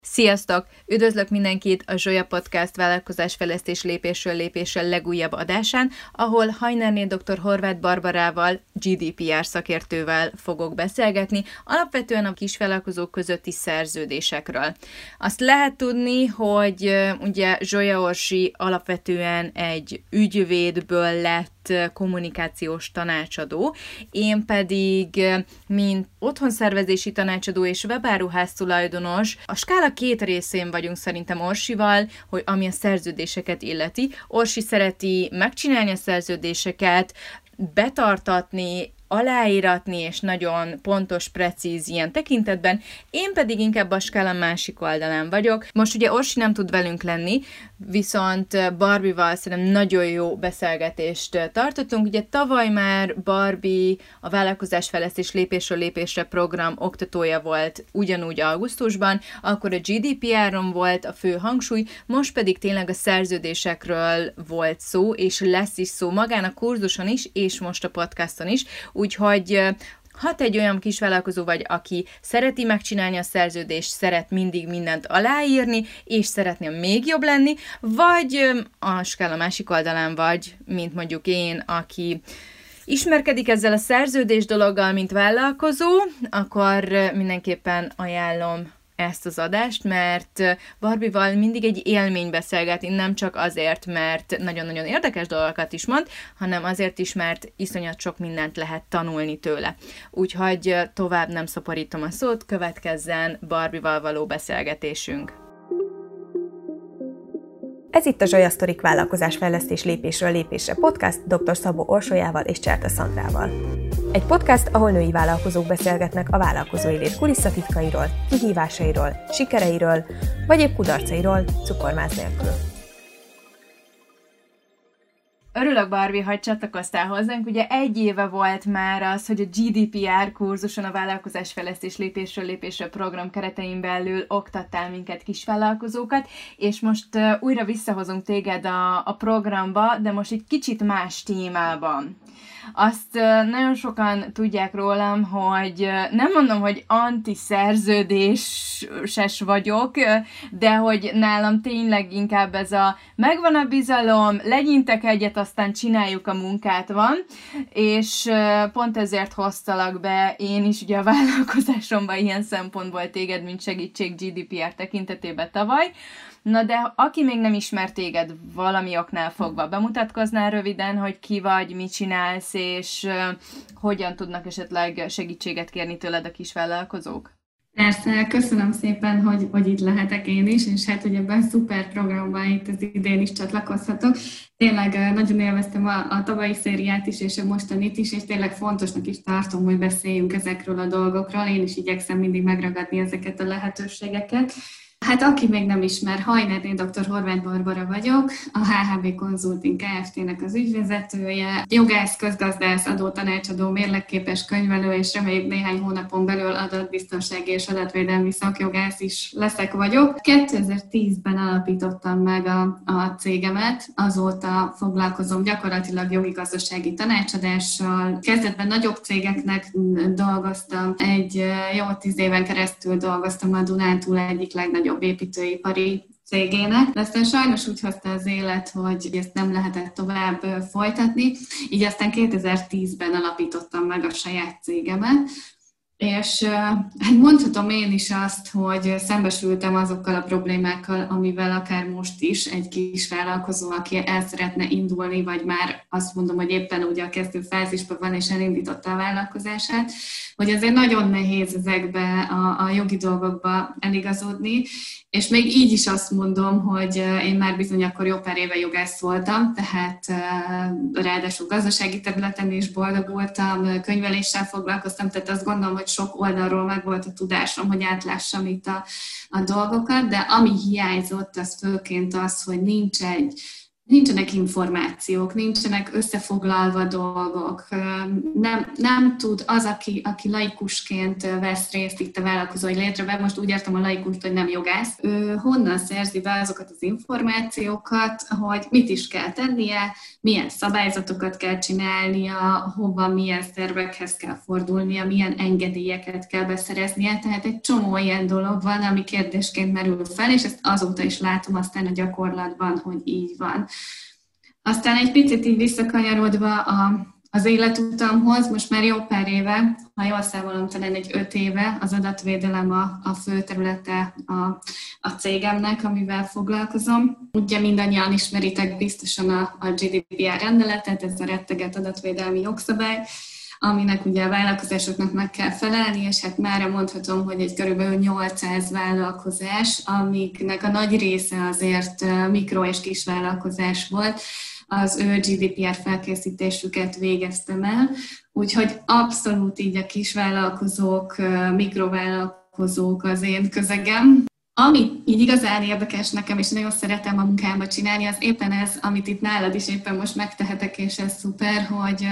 Sziasztok! Üdvözlök mindenkit a Zsolya Podcast vállalkozásfejlesztés lépésről lépésre legújabb adásán, ahol Hajnárné dr. Horváth Barbarával, GDPR szakértővel fogok beszélgetni, alapvetően a kisvállalkozók közötti szerződésekről. Azt lehet tudni, hogy ugye Zsolya Orsi alapvetően egy ügyvédből lett kommunikációs tanácsadó, én pedig, mint otthonszervezési tanácsadó és webáruház tulajdonos, a skála két részén vagyunk szerintem Orsival, hogy ami a szerződéseket illeti. Orsi szereti megcsinálni a szerződéseket, betartatni, aláíratni, és nagyon pontos, precíz ilyen tekintetben. Én pedig inkább a skála másik oldalán vagyok. Most ugye Orsi nem tud velünk lenni, viszont Barbival szerintem nagyon jó beszélgetést tartottunk. Ugye tavaly már Barbie a vállalkozásfejlesztés lépésről lépésre program oktatója volt ugyanúgy augusztusban, akkor a GDPR-on volt a fő hangsúly, most pedig tényleg a szerződésekről volt szó, és lesz is szó magán a kurzuson is, és most a podcaston is. Úgyhogy ha te egy olyan kisvállalkozó vagy, aki szereti megcsinálni a szerződést, szeret mindig mindent aláírni, és szeretnél még jobb lenni, vagy a skála másik oldalán vagy, mint mondjuk én, aki ismerkedik ezzel a szerződés dologgal, mint vállalkozó, akkor mindenképpen ajánlom ezt az adást, mert Barbival mindig egy élmény beszélgetni, nem csak azért, mert nagyon-nagyon érdekes dolgokat is mond, hanem azért is, mert iszonyat sok mindent lehet tanulni tőle. Úgyhogy tovább nem szaporítom a szót, következzen Barbival való beszélgetésünk. Ez itt a Zsolya Sztorik vállalkozásfejlesztés lépésről lépésre podcast dr. Szabó Orsolyával és Cserta Szandrával. Egy podcast, ahol női vállalkozók beszélgetnek a vállalkozói lét kulisszatitkairól, kihívásairól, sikereiről, vagy épp kudarcairól, cukormáz nélkül. Örülök, Barbie, hogy csatlakoztál hozzánk. Ugye 1 éve volt már az, hogy a GDPR kurzuson a vállalkozásfejlesztés lépésről lépésre program keretein belül oktattál minket kisvállalkozókat, és most újra visszahozunk téged a programba, de most egy kicsit más témában. Azt nagyon sokan tudják rólam, hogy nem mondom, hogy antiszerződéses vagyok, de hogy nálam tényleg inkább ez a megvan a bizalom, legyintek egyet, aztán csináljuk a munkát van, és pont ezért hoztalak be én is ugye a vállalkozásomban ilyen szempontból téged, mint segítség GDPR tekintetében tavaly. Na de aki még nem ismer téged valami oknál fogva, bemutatkoznál röviden, hogy ki vagy, mit csinálsz, és hogyan tudnak esetleg segítséget kérni tőled a kisvállalkozók? Persze, köszönöm szépen, hogy itt lehetek én is, és hát ugye ebben szuper programban itt az idén is csatlakozhatok. Tényleg nagyon élveztem a tavalyi szériát is, és a mostanit is, és tényleg fontosnak is tartom, hogy beszéljünk ezekről a dolgokról. Én is igyekszem mindig megragadni ezeket a lehetőségeket. Hát aki még nem ismer, Hajnárné dr. Horváth Barbara vagyok, a HHB Consulting Kft-nek az ügyvezetője, jogász, közgazdász, adótanácsadó, mérlekképes könyvelő, és reméljük néhány hónapon belül adatbiztonsági és adatvédelmi szakjogász is leszek vagyok. 2010-ben alapítottam meg a cégemet, azóta foglalkozom gyakorlatilag jogi gazdasági tanácsadással. Kezdetben nagyobb cégeknek dolgoztam, egy jó 10 éven keresztül dolgoztam a Dunántúl egyik legnagyobb építőipari cégének, de aztán sajnos úgy hozta az élet, hogy ezt nem lehetett tovább folytatni, így aztán 2010-ben alapítottam meg a saját cégemet, és hát mondhatom én is azt, hogy szembesültem azokkal a problémákkal, amivel akár most is egy kis vállalkozó, aki el szeretne indulni, vagy már azt mondom, hogy éppen ugye a kezdő fázisban van, és elindította a vállalkozását, hogy azért nagyon nehéz ezekbe a jogi dolgokba eligazodni, és még így is azt mondom, hogy én már bizony akkor jó pár éve jogász voltam, tehát ráadásul gazdasági területen is boldogultam, könyveléssel foglalkoztam, tehát azt gondolom, hogy sok oldalról meg volt a tudásom, hogy átlássam itt a dolgokat, de ami hiányzott, az főként az, hogy nincs nincsenek információk, nincsenek összefoglalva dolgok, nem tud az, aki laikusként vesz részt itt a vállalkozói létreben, most úgy értem a laikust, hogy nem jogász, ő honnan szerzi be azokat az információkat, hogy mit is kell tennie, milyen szabályzatokat kell csinálnia, hova, milyen szervekhez kell fordulnia, milyen engedélyeket kell beszereznie, tehát egy csomó ilyen dolog van, ami kérdésként merül fel, és ezt azóta is látom aztán a gyakorlatban, hogy így van. Aztán egy picit így visszakanyarodva az életutamhoz, most már jó pár éve, ha jól számolom, talán egy 5 éve az adatvédelem a fő területe a cégemnek, amivel foglalkozom. Ugye mindannyian ismeritek biztosan a GDPR rendeletet, ez a rettegett adatvédelmi jogszabály, aminek ugye a vállalkozásoknak meg kell felelni, és hát mára mondhatom, hogy egy körülbelül 800 vállalkozás, amiknek a nagy része azért mikro- és kisvállalkozás volt, az ő GDPR felkészítésüket végeztem el, úgyhogy abszolút így a kisvállalkozók, mikrovállalkozók az én közegem. Ami így igazán érdekes nekem, és nagyon szeretem a munkámba csinálni, az éppen ez, amit itt nálad is éppen most megtehetek, és ez szuper,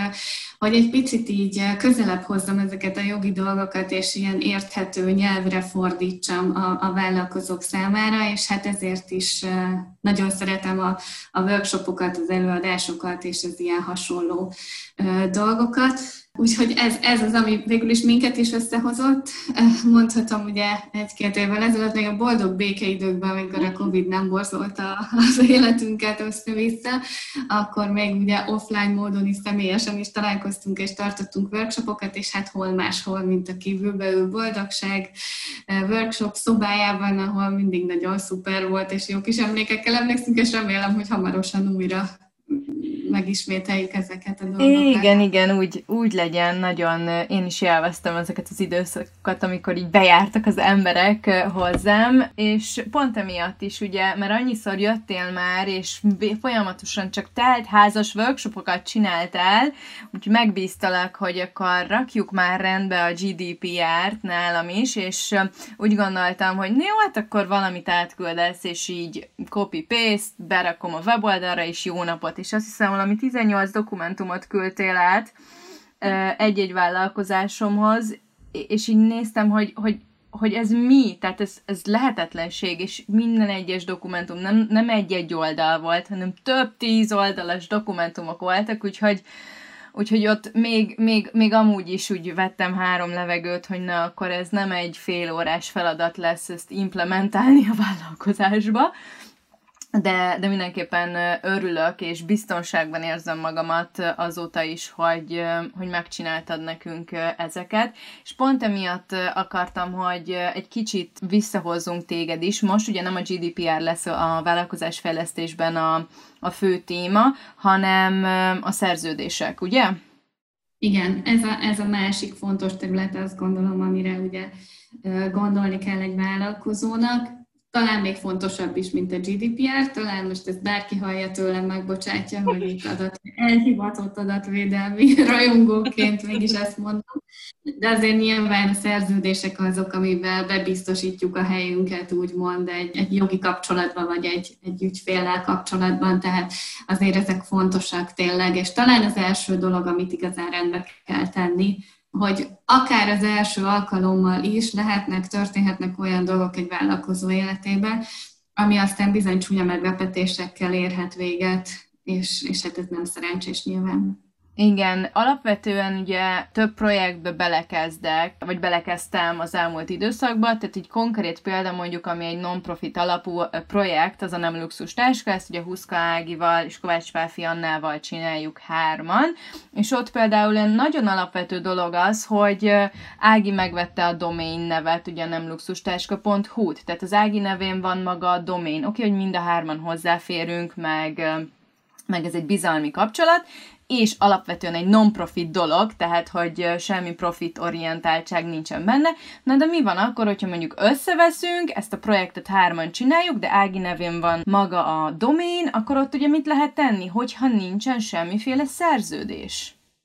hogy egy picit így közelebb hozzam ezeket a jogi dolgokat, és ilyen érthető nyelvre fordítsam a vállalkozók számára, és hát ezért is nagyon szeretem a workshopokat, az előadásokat, és az ilyen hasonló dolgokat. Úgyhogy ez az, ami végül is minket is összehozott. Mondhatom ugye 1-2 évvel ezelőtt, még a boldog békeidőkben, amikor a Covid nem borzolta az életünket össze-vissza, akkor még ugye offline módon is személyesen is találkoztunk és tartottunk workshopokat, és hát hol máshol, mint a kívülbeül boldogság workshop szobájában, ahol mindig nagyon szuper volt, és jó kis emlékekkel emlékszünk, és remélem, hogy hamarosan újra megismételjük ezeket a dolgokat. Igen, úgy legyen, nagyon, én is élveztem ezeket az időszakokat, amikor így bejártak az emberek hozzám, és pont emiatt is ugye, mert annyiszor jöttél már, és folyamatosan csak teltházas workshopokat csináltál, úgyhogy megbíztalak, hogy akkor rakjuk már rendbe a GDPR-t nálam is, és úgy gondoltam, hogy jó, hát akkor valamit átküldesz, és így copy-paste, berakom a weboldalra, és jó napot, és azt hiszem, valami 18 dokumentumot küldtél át egy-egy vállalkozásomhoz, és így néztem, hogy ez mi, tehát ez lehetetlenség, és minden egyes dokumentum nem egy-egy oldal volt, hanem több 10 oldalas dokumentumok voltak, úgyhogy ott még amúgy is úgy vettem 3 levegőt, hogy na, akkor ez nem egy fél órás feladat lesz ezt implementálni a vállalkozásba, de mindenképpen örülök, és biztonságban érzem magamat azóta is, hogy megcsináltad nekünk ezeket. És pont emiatt akartam, hogy egy kicsit visszahozzunk téged is. Most ugye nem a GDPR lesz a vállalkozásfejlesztésben a fő téma, hanem a szerződések, ugye? Igen, ez a másik fontos terület, azt gondolom, amire ugye gondolni kell egy vállalkozónak. Talán még fontosabb is, mint a GDPR, talán most ezt bárki hallja tőlem, megbocsátja, hogy itt elhivatott adatvédelmi rajongóként mégis ezt mondom. De azért nyilván a szerződések azok, amivel bebiztosítjuk a helyünket, úgymond egy jogi kapcsolatban, vagy egy ügyféllel kapcsolatban, tehát azért ezek fontosak tényleg, és talán az első dolog, amit igazán rendbe kell tenni, hogy akár az első alkalommal is történhetnek olyan dolgok egy vállalkozó életében, ami aztán bizony csúnya meglepetésekkel érhet véget, és hát ez nem szerencsés nyilván. Igen, alapvetően ugye több projektbe belekezdtem az elmúlt időszakban, tehát egy konkrét példa mondjuk, ami egy non-profit alapú projekt, az a Nem Luxus Táska, ezt ugye Huszka Ágival és Kovács Páfi Annával csináljuk 3-an, és ott például egy nagyon alapvető dolog az, hogy Ági megvette a domain nevet, ugye a nemluxustáska.hu-t, tehát az Ági nevén van maga a domain, oké, hogy mind a 3-an hozzáférünk, meg ez egy bizalmi kapcsolat, és alapvetően egy non-profit dolog, tehát hogy semmi profit-orientáltság nincsen benne. Na de mi van akkor, hogyha mondjuk összeveszünk, ezt a projektet 3-an csináljuk, de Ági nevén van maga a domain, akkor ott ugye mit lehet tenni, hogyha nincsen semmiféle szerződés?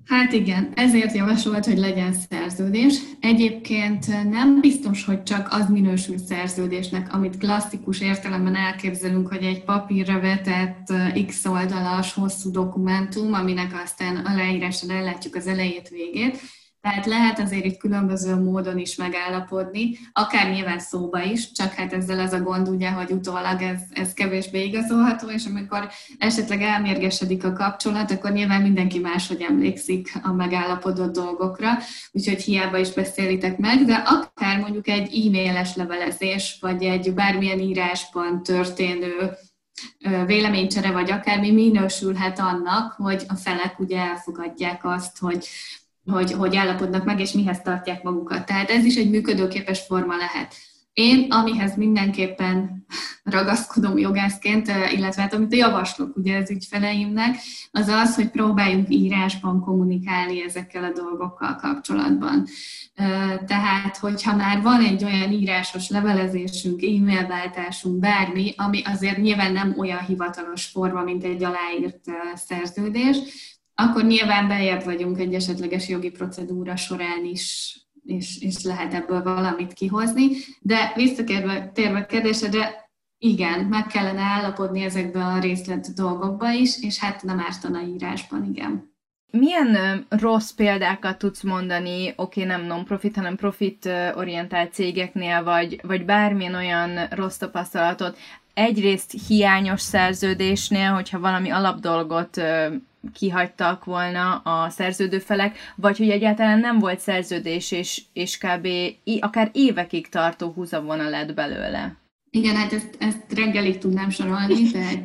Hát igen, ezért javasolt, hogy legyen szerződés. Egyébként nem biztos, hogy csak az minősül szerződésnek, amit klasszikus értelemben elképzelünk, hogy egy papírra vetett x oldalas hosszú dokumentum, aminek aztán aláírással ellátjuk az elejét, végét. Tehát lehet azért itt különböző módon is megállapodni, akár nyilván szóba is, csak hát ezzel az a gond ugye, hogy utólag ez kevésbé igazolható, és amikor esetleg elmérgesedik a kapcsolat, akkor nyilván mindenki máshogy emlékszik a megállapodott dolgokra, úgyhogy hiába is beszélitek meg, de akár mondjuk egy e-mailes levelezés, vagy egy bármilyen írásban történő véleménycsere, vagy akármi minősülhet annak, hogy a felek ugye elfogadják azt, hogy állapodnak meg, és mihez tartják magukat. Tehát ez is egy működőképes forma lehet. Én, amihez mindenképpen ragaszkodom jogászként, illetve hát amit javaslok ugye az ügyfeleimnek, az az, hogy próbáljunk írásban kommunikálni ezekkel a dolgokkal kapcsolatban. Tehát, hogyha már van egy olyan írásos levelezésünk, e-mailváltásunk, bármi, ami azért nyilván nem olyan hivatalos forma, mint egy aláírt szerződés, akkor nyilván beljebb vagyunk egy esetleges jogi procedúra során is, és lehet ebből valamit kihozni. De visszatérve a kérdésedre, igen, meg kellene állapodni ezekben a részlet dolgokba is, és hát nem ártana írásban, igen. Milyen rossz példákat tudsz mondani, nem non-profit, hanem profit-orientált cégeknél, vagy bármilyen olyan rossz tapasztalatot, egyrészt hiányos szerződésnél, hogyha valami alapdolgot kihagytak volna a szerződőfelek, vagy hogy egyáltalán nem volt szerződés, és kb. Akár évekig tartó húzavona lett belőle. Igen, hát ezt reggelig tudnám sorolni, tehát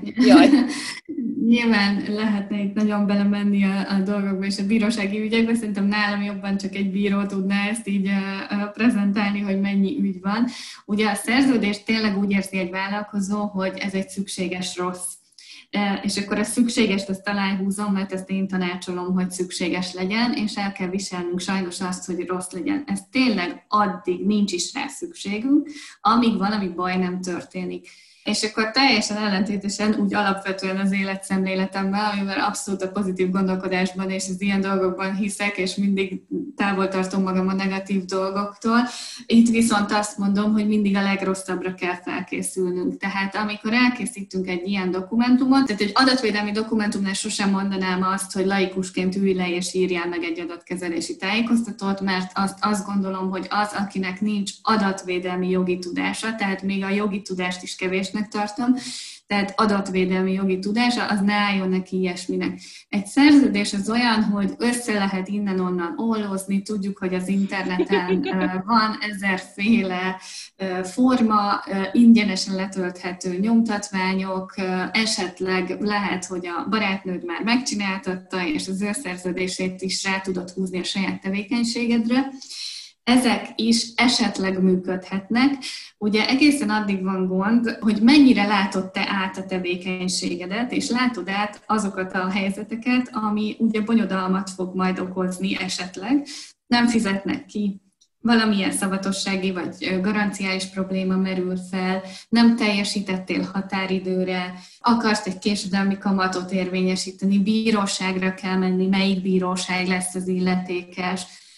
nyilván lehetne itt nagyon belemenni a dolgokba és a bírósági ügyekbe, szerintem nálam jobban csak egy bíró tudná ezt így prezentálni, hogy mennyi ügy van. Ugye a szerződést tényleg úgy érzi egy vállalkozó, hogy ez egy szükséges rossz. És akkor a szükségest azt aláhúzom, mert ezt én tanácsolom, hogy szükséges legyen, és el kell viselnünk sajnos azt, hogy rossz legyen. Ez tényleg addig nincs is rá szükségünk, amíg valami baj nem történik. És akkor teljesen ellentétesen úgy alapvetően az életszemléletemben, amivel abszolút a pozitív gondolkodásban és az ilyen dolgokban hiszek, és mindig távol tartom magam a negatív dolgoktól. Itt viszont azt mondom, hogy mindig a legrosszabbra kell felkészülnünk. Tehát amikor elkészítünk egy ilyen dokumentumot, tehát egy adatvédelmi dokumentumnál sosem mondanám azt, hogy laikusként ülj le és írjál meg egy adatkezelési tájékoztatót, mert azt gondolom, hogy az, akinek nincs adatvédelmi jogi tudása, tehát még a jogi tudást is kevés tartom, tehát adatvédelmi jogi tudása, az ne álljon neki ilyesminek. Egy szerződés az olyan, hogy össze lehet innen-onnan ollózni, tudjuk, hogy az interneten van ezerféle forma, ingyenesen letölthető nyomtatványok, esetleg lehet, hogy a barátnőd már megcsináltatta, és az ő szerződését is rá tudod húzni a saját tevékenységedre. Ezek is esetleg működhetnek. Ugye egészen addig van gond, hogy mennyire látod te át a tevékenységedet, és látod át azokat a helyzeteket, ami ugye bonyodalmat fog majd okozni esetleg. Nem fizetnek ki, valamilyen szavatossági vagy garanciális probléma merül fel, nem teljesítettél határidőre, akarsz egy késedelmi kamatot érvényesíteni, bíróságra kell menni, melyik bíróság lesz az illetékes,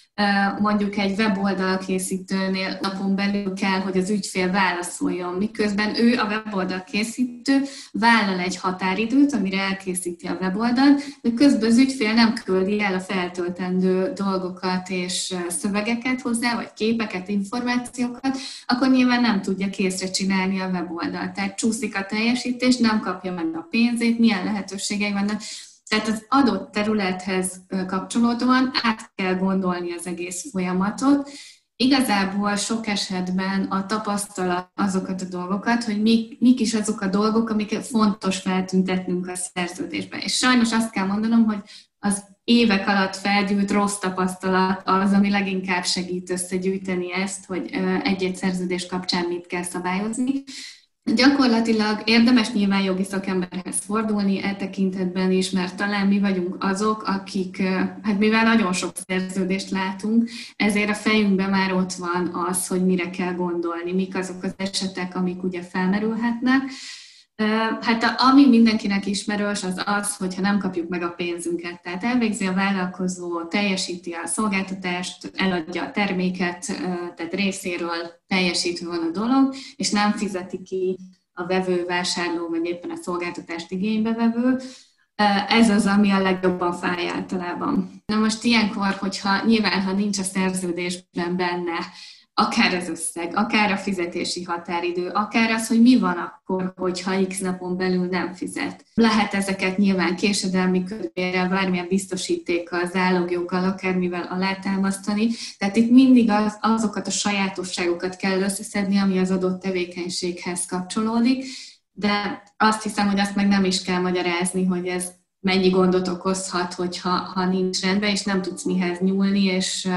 mondjuk egy weboldal készítőnél napon belül kell, hogy az ügyfél válaszoljon, miközben ő, a weboldal készítő vállal egy határidőt, amire elkészíti a weboldalt, de közben az ügyfél nem küldi el a feltöltendő dolgokat és szövegeket hozzá, vagy képeket, információkat, akkor nyilván nem tudja készre csinálni a weboldalt. Tehát csúszik a teljesítés, nem kapja meg a pénzét, milyen lehetőségei vannak. Tehát az adott területhez kapcsolódóan át kell gondolni az egész folyamatot. Igazából sok esetben a tapasztalat azokat a dolgokat, hogy mik is azok a dolgok, amiket fontos feltüntetnünk a szerződésben. És sajnos azt kell mondanom, hogy az évek alatt felgyűlt rossz tapasztalat az, ami leginkább segít összegyűjteni ezt, hogy egy-egy szerződés kapcsán mit kell szabályozni. Gyakorlatilag érdemes nyilván jogi szakemberhez fordulni e tekintetben is, mert talán mi vagyunk azok, akik, hát mivel nagyon sok szerződést látunk, ezért a fejünkben már ott van az, hogy mire kell gondolni, mik azok az esetek, amik ugye felmerülhetnek. Hát ami mindenkinek ismerős, az az, hogyha nem kapjuk meg a pénzünket. Tehát elvégzi a vállalkozó, teljesíti a szolgáltatást, eladja a terméket, tehát részéről teljesítve van a dolog, és nem fizeti ki a vevő, vásárló, vagy éppen a szolgáltatást igénybevevő. Ez az, ami a legjobban fáj általában. Na most ilyenkor, ha nincs a szerződésben benne, akár az összeg, akár a fizetési határidő, akár az, hogy mi van akkor, hogyha x napon belül nem fizet. Lehet ezeket nyilván késedelmi körülményrel, bármilyen biztosítékkal, zálogjoggal, akármivel alátámasztani. Tehát itt mindig azokat a sajátosságokat kell összeszedni, ami az adott tevékenységhez kapcsolódik, de azt hiszem, hogy azt meg nem is kell magyarázni, hogy ez mennyi gondot okozhat, hogyha nincs rendben, és nem tudsz mihez nyúlni, és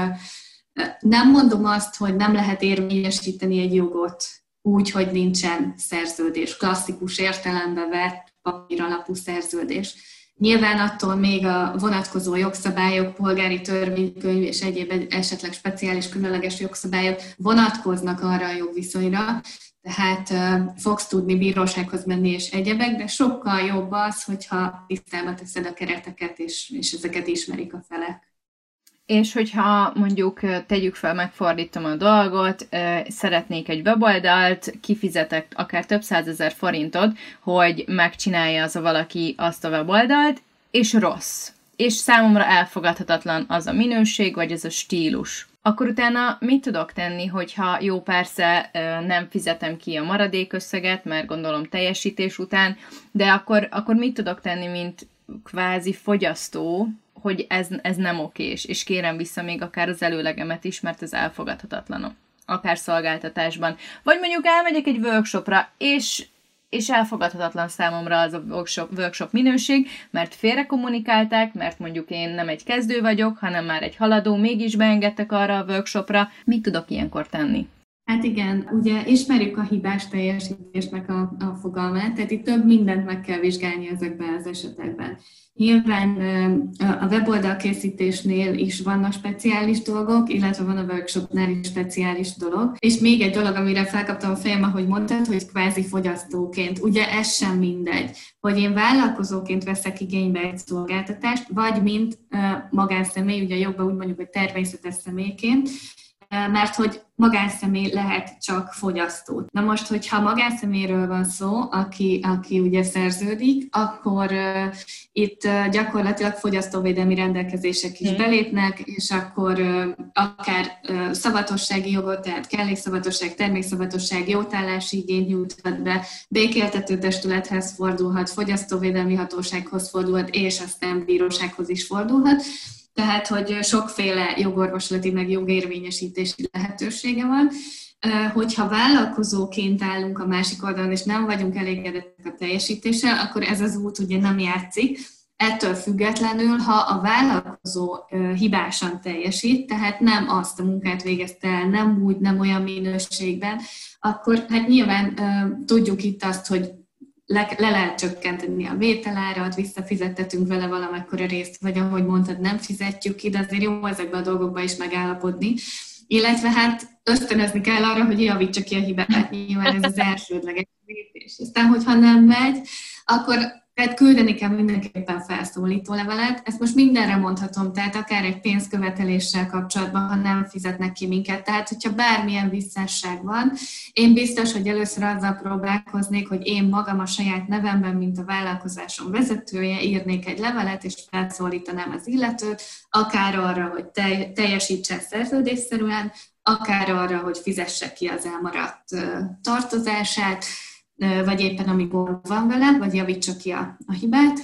nem mondom azt, hogy nem lehet érvényesíteni egy jogot úgy, hogy nincsen szerződés, klasszikus értelembe vett papír alapú szerződés. Nyilván attól még a vonatkozó jogszabályok, polgári törvénykönyv és egyéb esetleg speciális különleges jogszabályok vonatkoznak arra a jogviszonyra, tehát fogsz tudni bírósághoz menni és egyebek, de sokkal jobb az, hogyha tisztába teszed a kereteket, és ezeket ismerik a felek. És hogyha mondjuk tegyük fel, megfordítom a dolgot, szeretnék egy weboldalt, kifizetek akár több 100 000 forintot, hogy megcsinálja az a valaki azt a weboldalt, és rossz. És számomra elfogadhatatlan az a minőség, vagy az a stílus. Akkor utána mit tudok tenni, hogyha jó, persze nem fizetem ki a maradék összeget, mert gondolom teljesítés után, de akkor mit tudok tenni, mint kvázi fogyasztó, hogy ez nem okés, és kérem vissza még akár az előlegemet is, mert ez elfogadhatatlan, akár szolgáltatásban. Vagy mondjuk elmegyek egy workshopra, és elfogadhatatlan számomra az a workshop minőség, mert félre kommunikálták, mert mondjuk én nem egy kezdő vagyok, hanem már egy haladó, mégis beengedtek arra a workshopra. Mit tudok ilyenkor tenni? Hát igen, ugye ismerjük a hibás teljesítésnek a fogalmát, tehát itt több mindent meg kell vizsgálni ezekben az esetekben. Nyilván a weboldal készítésnél is vannak speciális dolgok, illetve van a workshopnál is speciális dolog. És még egy dolog, amire felkaptam a fejem, ahogy mondtad, hogy kvázi fogyasztóként. Ugye ez sem mindegy, hogy én vállalkozóként veszek igénybe egy szolgáltatást, vagy mint magánszemély, ugye jobban úgy mondjuk, hogy természetes személyként, mert hogy magánszemély lehet csak fogyasztó. Na most, hogyha magánszemélyről van szó, aki ugye szerződik, akkor itt gyakorlatilag fogyasztóvédelmi rendelkezések is belépnek, és akkor akár szavatossági jogot, tehát kellékszavatosság, termékszavatosság, jótállási igényt nyújthat be, békéltető testülethez fordulhat, fogyasztóvédelmi hatósághoz fordulhat, és aztán bírósághoz is fordulhat. Tehát, hogy sokféle jogorvoslati meg jogérvényesítési lehetősége van. Hogyha vállalkozóként állunk a másik oldalon, és nem vagyunk elégedettek a teljesítéssel, akkor ez az út ugye nem játszik. Ettől függetlenül, ha a vállalkozó hibásan teljesít, tehát nem azt a munkát végezte el, nem úgy, nem olyan minőségben, akkor hát nyilván tudjuk itt azt, hogy le lehet csökkenteni a vételárat, visszafizettetünk vele valamekkora részt, vagy ahogy mondtad, nem fizetjük ki, de azért jó ezekben a dolgokban is megállapodni. Illetve hát ösztönözni kell arra, hogy javítsa ki a hibát, nyilván ez az elsődleges lépés. Aztán, hogyha nem megy, akkor tehát küldeni kell mindenképpen felszólító levelet. Ezt most mindenre mondhatom, tehát akár egy pénzköveteléssel kapcsolatban, ha nem fizetnek ki minket. Tehát, hogyha bármilyen visszásság van, én biztos, hogy először azzal próbálkoznék, hogy én magam a saját nevemben, mint a vállalkozásom vezetője írnék egy levelet, és felszólítanám az illetőt, akár arra, hogy teljesítsen szerződésszerűen, akár arra, hogy fizesse ki az elmaradt tartozását, vagy éppen ami gond van vele, vagy javítsa ki a hibát.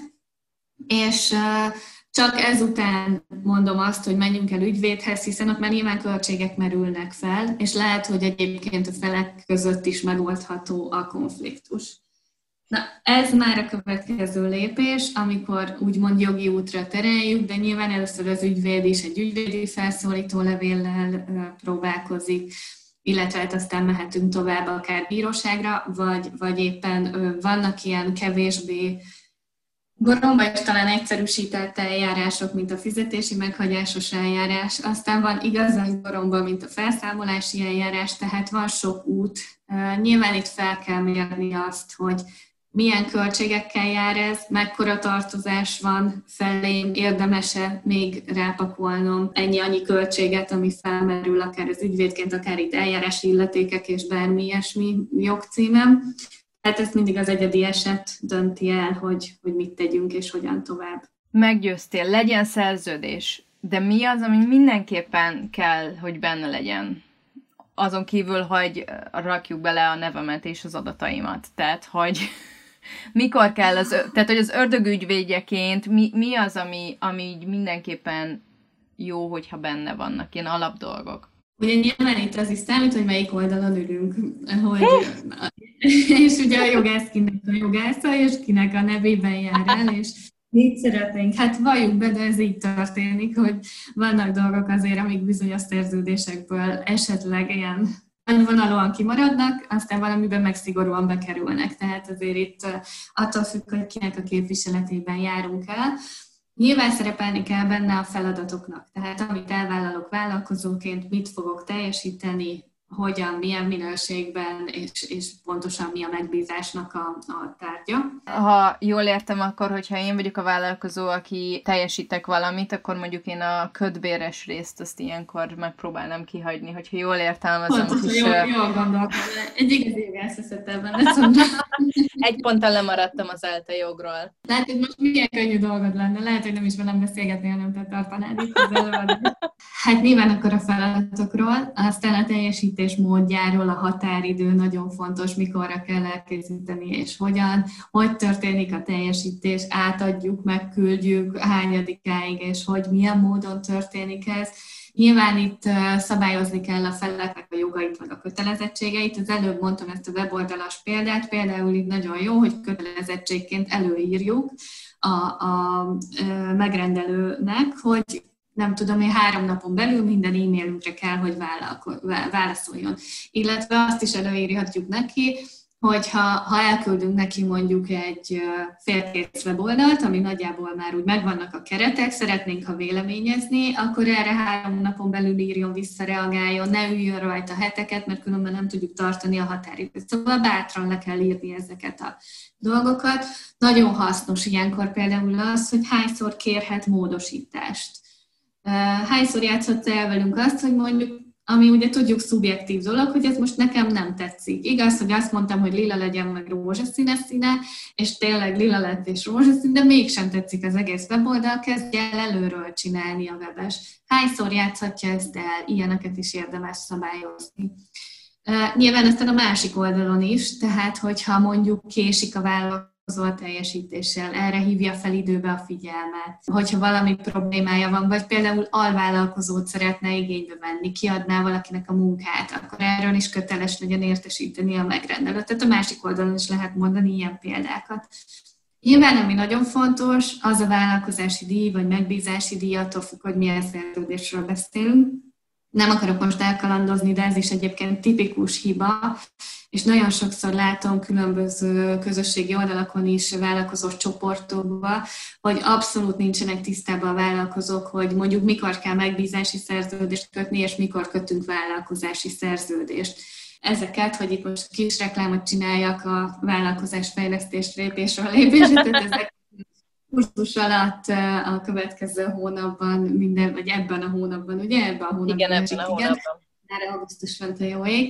És csak ezután mondom azt, hogy menjünk el ügyvédhez, hiszen ott már nyilván költségek merülnek fel, és lehet, hogy egyébként a felek között is megoldható a konfliktus. Na, ez már a következő lépés, amikor úgymond jogi útra tereljük, de nyilván először az ügyvéd is egy ügyvédi felszólító levéllel próbálkozik, illetve hát aztán mehetünk tovább akár bíróságra, vagy éppen vannak ilyen kevésbé goromba és talán egyszerűsített eljárások, mint a fizetési meghagyásos eljárás. Aztán van igazán goromba, mint a felszámolási eljárás, tehát van sok út. Nyilván itt fel kell mérni azt, hogy milyen költségekkel jár ez, mekkora tartozás van felém, érdemes-e még rápakolnom annyi költséget, ami felmerül akár az ügyvédként, akár itt eljárási illetékek és bármi ilyesmi jogcímem. Hát ezt mindig az egyedi eset dönti el, hogy mit tegyünk és hogyan tovább. Meggyőztél, legyen szerződés, de mi az, ami mindenképpen kell, hogy benne legyen? Azon kívül, hogy rakjuk bele a nevemet és az adataimat. Tehát, hogy mikor kell tehát, hogy az ördögügyvédjeként mi az, ami így mindenképpen jó, hogyha benne vannak ilyen alapdolgok? Ugye nyilván itt az is számít, hogy melyik oldalon ülünk, és ugye a jogász kinek a jogásza, és kinek a nevében jár el, és mit szeretnénk. Hát valljuk be, de ez így történik, hogy vannak dolgok azért, amik bizonyos szerződésekből esetleg ilyen nagyvonalúan kimaradnak, aztán valamiben meg szigorúan bekerülnek. Tehát azért itt attól függ, hogy kinek a képviseletében járunk el. Nyilván szerepelni kell benne a feladatoknak, tehát amit elvállalok vállalkozóként, mit fogok teljesíteni, hogyan, milyen minőségben, és pontosan mi a megbízásnak a tárgya. Ha jól értem, akkor, hogyha én vagyok a vállalkozó, aki teljesítek valamit, akkor mondjuk én a kötbéres részt azt ilyenkor megpróbálnám kihagyni, hogyha jól értelmezem. Pontosan, jól gondoltam. Egy igazi jogász leszett ebben. Egy ponttal lemaradtam az ELTE jogról. Tehát, hogy most milyen könnyű dolgod lenne. Lehet, hogy nem is velem beszélgetni, hanem te tartanád itt az előadást. Hát nyilván akkor a feladatokról, aztán a teljesítés módjáról, a határidő nagyon fontos, mikorra kell elkészíteni és hogyan, hogy történik a teljesítés, átadjuk, megküldjük, hányadikáig és hogy milyen módon történik ez. Nyilván itt szabályozni kell a feleknek a jogait, meg a kötelezettségeit. Az előbb mondtam ezt a weboldalas példát, például itt nagyon jó, hogy kötelezettségként előírjuk a megrendelőnek, hogy nem tudom, hogy 3 napon belül minden e-mailünkre kell, hogy válaszoljon. Illetve azt is előírhatjuk neki, hogy ha elküldünk neki mondjuk egy félkész weboldalt, ami nagyjából már úgy megvannak a keretek, szeretnénk, ha véleményezni, akkor erre 3 napon belül írjon vissza, reagáljon, ne üljön rajta heteket, mert különben nem tudjuk tartani a határidőt. Szóval bátran le kell írni ezeket a dolgokat. Nagyon hasznos ilyenkor például az, hogy hányszor kérhet módosítást. Hányszor játszhatsz el velünk azt, hogy mondjuk, ami ugye tudjuk szubjektív dolog, hogy ez most nekem nem tetszik. Igaz, hogy azt mondtam, hogy lila legyen meg rózsaszínes színe, és tényleg lila lett és rózsaszín, de mégsem tetszik az egész weboldal, kezdj el előről csinálni a webes. Hányszor játszhatja ezt el? Ilyeneket is érdemes szabályozni. Nyilván aztán a másik oldalon is, tehát hogyha mondjuk késik a vállalkozó a teljesítéssel, erre hívja fel időbe a figyelmet. Hogyha valami problémája van, vagy például alvállalkozót szeretne igénybe venni, kiadná valakinek a munkát, akkor erről is köteles legyen értesíteni a megrendelőt. Tehát a másik oldalon is lehet mondani ilyen példákat. Nyilván, ami nagyon fontos, az a vállalkozási díj, vagy megbízási díj, attól függ, hogy milyen szerződésről beszélünk. Nem akarok most elkalandozni, de ez is egyébként tipikus hiba, és nagyon sokszor látom különböző közösségi oldalakon is, vállalkozós csoportokban, hogy abszolút nincsenek tisztában a vállalkozók, hogy mondjuk mikor kell megbízási szerződést kötni, és mikor kötünk vállalkozási szerződést. Ezeket, hogy itt most kis reklámot csináljak a vállalkozásfejlesztés lépésről lépésre, tehát ezek kurzus alatt a következő hónapban, vagy ebben a hónapban, ugye? Ebben a hónapban. Igen, ebben a hónapban. Már augusztus van a jó ég.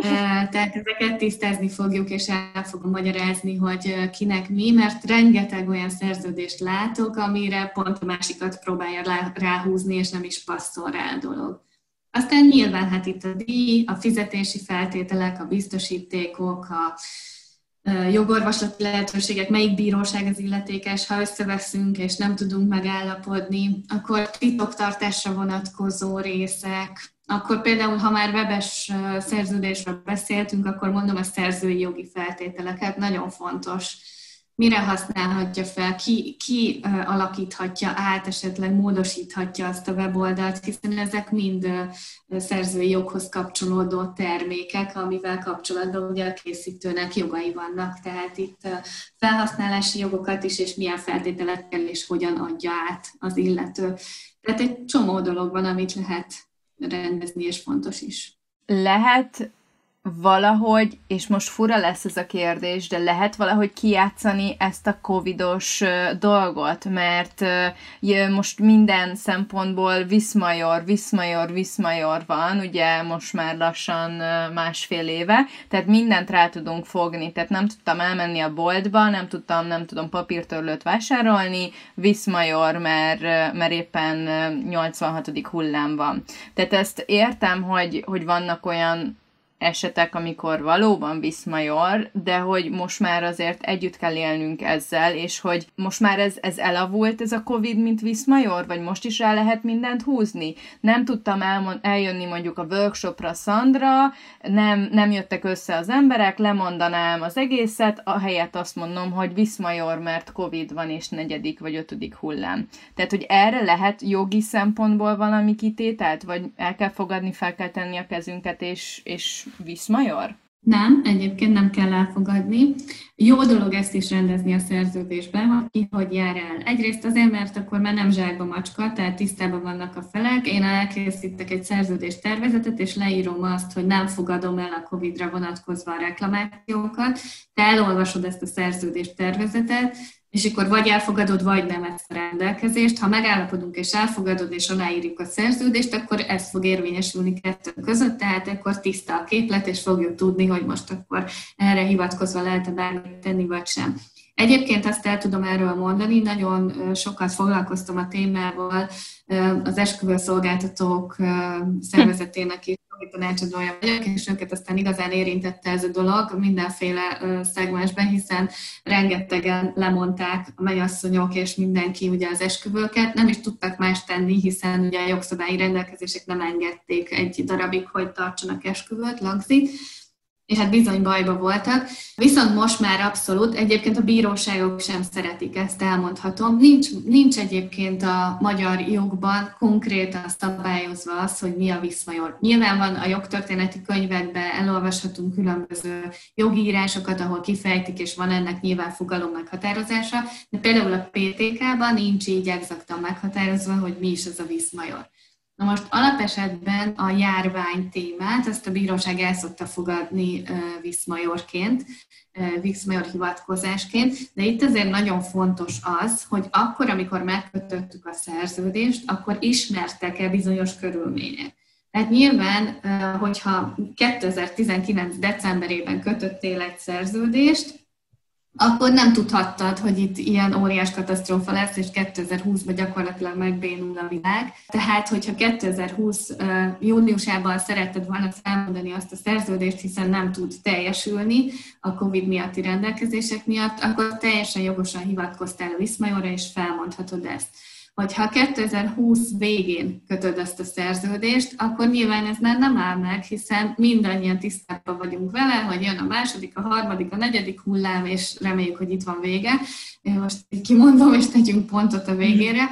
Tehát ezeket tisztázni fogjuk, és el fogom magyarázni, hogy kinek mi, mert rengeteg olyan szerződést látok, amire pont a másikat próbálja ráhúzni, és nem is passzol rá a dolog. Aztán nyilván hát itt a díj, a fizetési feltételek, a biztosítékok, a jogorvoslati lehetőségek, melyik bíróság az illetékes, ha összeveszünk és nem tudunk megállapodni, akkor titoktartásra vonatkozó részek, akkor például, ha már webes szerződésről beszéltünk, akkor mondom a szerzői jogi feltételeket, nagyon fontos. Mire használhatja fel, ki alakíthatja át, esetleg módosíthatja azt a weboldalt, hiszen ezek mind szerzői joghoz kapcsolódó termékek, amivel kapcsolatban ugye a készítőnek jogai vannak. Tehát itt felhasználási jogokat is, és milyen feltételekkel és hogyan adja át az illető. Tehát egy csomó dolog van, amit lehet rendezni, és fontos is. Lehet valahogy, és most fura lesz ez a kérdés, de lehet valahogy kijátszani ezt a covidos dolgot, mert most minden szempontból Viszmajor van, ugye most már lassan másfél éve, tehát mindent rá tudunk fogni, tehát nem tudtam elmenni a boltba, nem tudom papírtörlőt vásárolni, Viszmajor, mert éppen 86. hullám van. Tehát ezt értem, hogy vannak olyan esetek, amikor valóban Viszmajor, de hogy most már azért együtt kell élnünk ezzel, és hogy most már ez elavult, ez a Covid, mint Viszmajor, vagy most is rá lehet mindent húzni? Nem tudtam eljönni mondjuk a workshopra Szandra, nem jöttek össze az emberek, lemondanám az egészet, ahelyett azt mondom, hogy Viszmajor, mert Covid van, és 4. vagy 5. hullám. Tehát, hogy erre lehet jogi szempontból valami kitételt, vagy el kell fogadni, fel kell tenni a kezünket, és Viszmajor? Nem, egyébként nem kell elfogadni. Jó dolog ezt is rendezni a szerződésben, hogy ki hogy jár el. Egyrészt azért, mert akkor már nem zsákba macska, tehát tisztában vannak a felek. Én elkészítek egy szerződéstervezetet, és leírom azt, hogy nem fogadom el a Covid-ra vonatkozva a reklamációkat. Te elolvasod ezt a szerződéstervezetet, és akkor vagy elfogadod, vagy nem ezt a rendelkezést. Ha megállapodunk és elfogadod, és aláírjuk a szerződést, akkor ez fog érvényesülni kettőnk között, tehát akkor tiszta a képlet, és fogjuk tudni, hogy most akkor erre hivatkozva lehet-e bármit tenni, vagy sem. Egyébként azt el tudom erről mondani, nagyon sokat foglalkoztam a témával, az esküvőszolgáltatók szervezetének is tanácsadója vagyok, és őket aztán igazán érintette ez a dolog mindenféle szegmensben, hiszen rengetegen lemondták a mennyasszonyok és mindenki ugye az esküvőket, nem is tudtak más tenni, hiszen ugye a jogszabályi rendelkezések nem engedték egy darabig, hogy tartsanak esküvőt, lagzik, és hát bizony bajba voltak. Viszont most már abszolút, egyébként a bíróságok sem szeretik, ezt elmondhatom. Nincs egyébként a magyar jogban konkrétan szabályozva az, hogy mi a Viszmajor. Nyilván van a jogtörténeti könyvekben, elolvashatunk különböző jogírásokat, ahol kifejtik, és van ennek nyilván fogalom meghatározása, de például a PTK-ban nincs így exaktan meghatározva, hogy mi is az a Viszmajor. Na most alapesetben a járvány témát, ezt a bíróság el szokta fogadni Viszmajorként, Viszmajor hivatkozásként, de itt azért nagyon fontos az, hogy akkor, amikor megkötöttük a szerződést, akkor ismertek-e bizonyos körülmények. Tehát nyilván, hogyha 2019. decemberében kötöttél egy szerződést, akkor nem tudhattad, hogy itt ilyen óriás katasztrófa lesz, és 2020-ban gyakorlatilag megbénul a világ. Tehát, hogyha 2020 júniusában szeretted volna elmondani azt a szerződést, hiszen nem tud teljesülni a Covid miatti rendelkezések miatt, akkor teljesen jogosan hivatkoztál a Viszmajorra, és felmondhatod ezt. Hogyha 2020 végén kötöd ezt a szerződést, akkor nyilván ez már nem áll meg, hiszen mindannyian tisztában vagyunk vele, hogy jön a második, a harmadik, a 4. hullám, és reméljük, hogy itt van vége. Én most így kimondom, és tegyünk pontot a végére.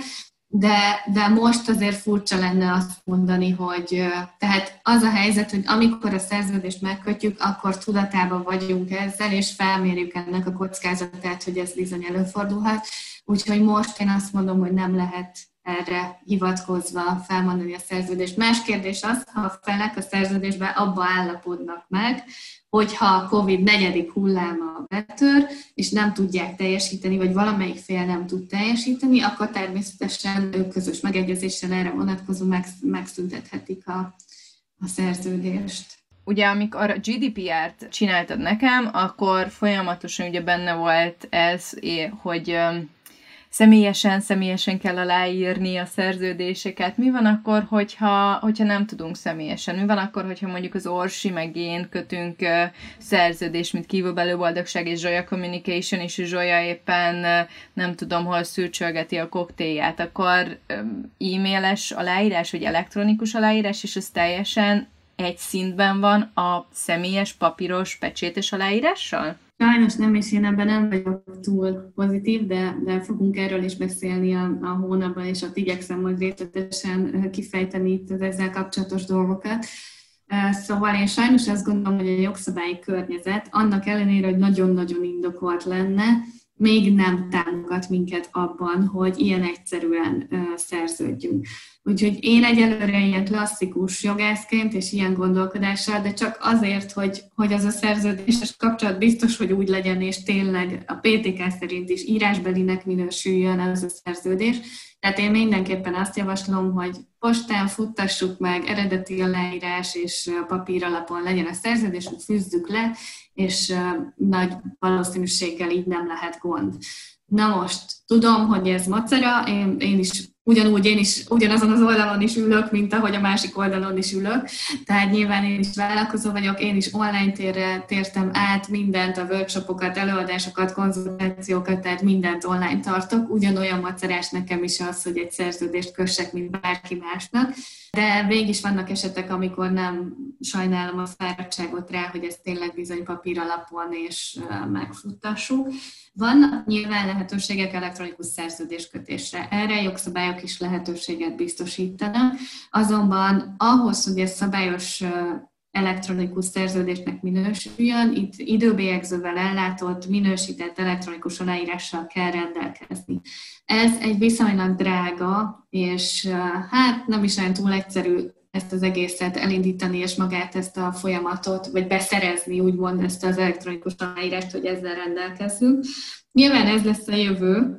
De most azért furcsa lenne azt mondani, hogy tehát az a helyzet, hogy amikor a szerződést megkötjük, akkor tudatában vagyunk ezzel, és felmérjük ennek a kockázatát, hogy ez bizony előfordulhat. Úgyhogy most én azt mondom, hogy nem lehet erre hivatkozva felmondani a szerződést. Más kérdés az, ha a felek a szerződésben abba állapodnak meg, hogyha a Covid 4. hulláma betör, és nem tudják teljesíteni, vagy valamelyik fél nem tud teljesíteni, akkor természetesen ők közös megegyezéssel erre vonatkozó megszüntethetik a szerződést. Ugye, amikor a GDPR-t csináltad nekem, akkor folyamatosan ugye benne volt ez, hogy személyesen kell aláírni a szerződéseket. Mi van akkor, hogyha nem tudunk személyesen? Mi van akkor, hogyha mondjuk az Orsi meg én kötünk szerződést, mint Kívülbelül Boldogság és Zsolya Communication, és Zsolya éppen nem tudom, hol szürcsölgeti a koktélját, akkor e-mailes aláírás, vagy elektronikus aláírás, és ez teljesen egy szintben van a személyes, papíros, pecsétes aláírással? Sajnos nem, és én ebben nem vagyok túl pozitív, de fogunk erről is beszélni a hónapban, és ott igyekszem majd részletesen kifejteni itt az ezzel kapcsolatos dolgokat. Szóval én sajnos azt gondolom, hogy a jogszabályi környezet annak ellenére, hogy nagyon-nagyon indokolt lenne, még nem támogat minket abban, hogy ilyen egyszerűen szerződjünk. Úgyhogy én egyelőre ilyen klasszikus jogászként és ilyen gondolkodással, de csak azért, hogy az a szerződéses kapcsolat biztos, hogy úgy legyen, és tényleg a PTK szerint is írásbelinek minősüljön az a szerződés. Tehát én mindenképpen azt javaslom, hogy postán futtassuk meg, eredeti aláírás és papír alapon legyen a szerződés, hogy fűzzük le, és nagy valószínűséggel így nem lehet gond. Na most, tudom, hogy ez macera, én is ugyanazon az oldalon is ülök, mint ahogy a másik oldalon is ülök, tehát nyilván én is vállalkozó vagyok, én is online térre tértem át mindent, a workshopokat, előadásokat, konzultációkat, tehát mindent online tartok, ugyanolyan macerás nekem is az, hogy egy szerződést kössek, mint bárki másnak, de végig is vannak esetek, amikor nem sajnálom a fáradtságot rá, hogy ezt tényleg bizony papír alapon és megfuttassuk. Vannak nyilván lehetőségek elektronikus szerződéskötésre. Erre jogszabályok is lehetőséget biztosítanak, azonban ahhoz, hogy ez szabályos elektronikus szerződésnek minősüljön, itt időbélyegzővel ellátott, minősített elektronikus aláírással kell rendelkezni. Ez egy viszonylag drága, és hát nem is olyan túl egyszerű ezt az egészet elindítani, és magát ezt a folyamatot, vagy beszerezni, úgymond ezt az elektronikus aláírást, hogy ezzel rendelkezzünk. Nyilván ez lesz a jövő,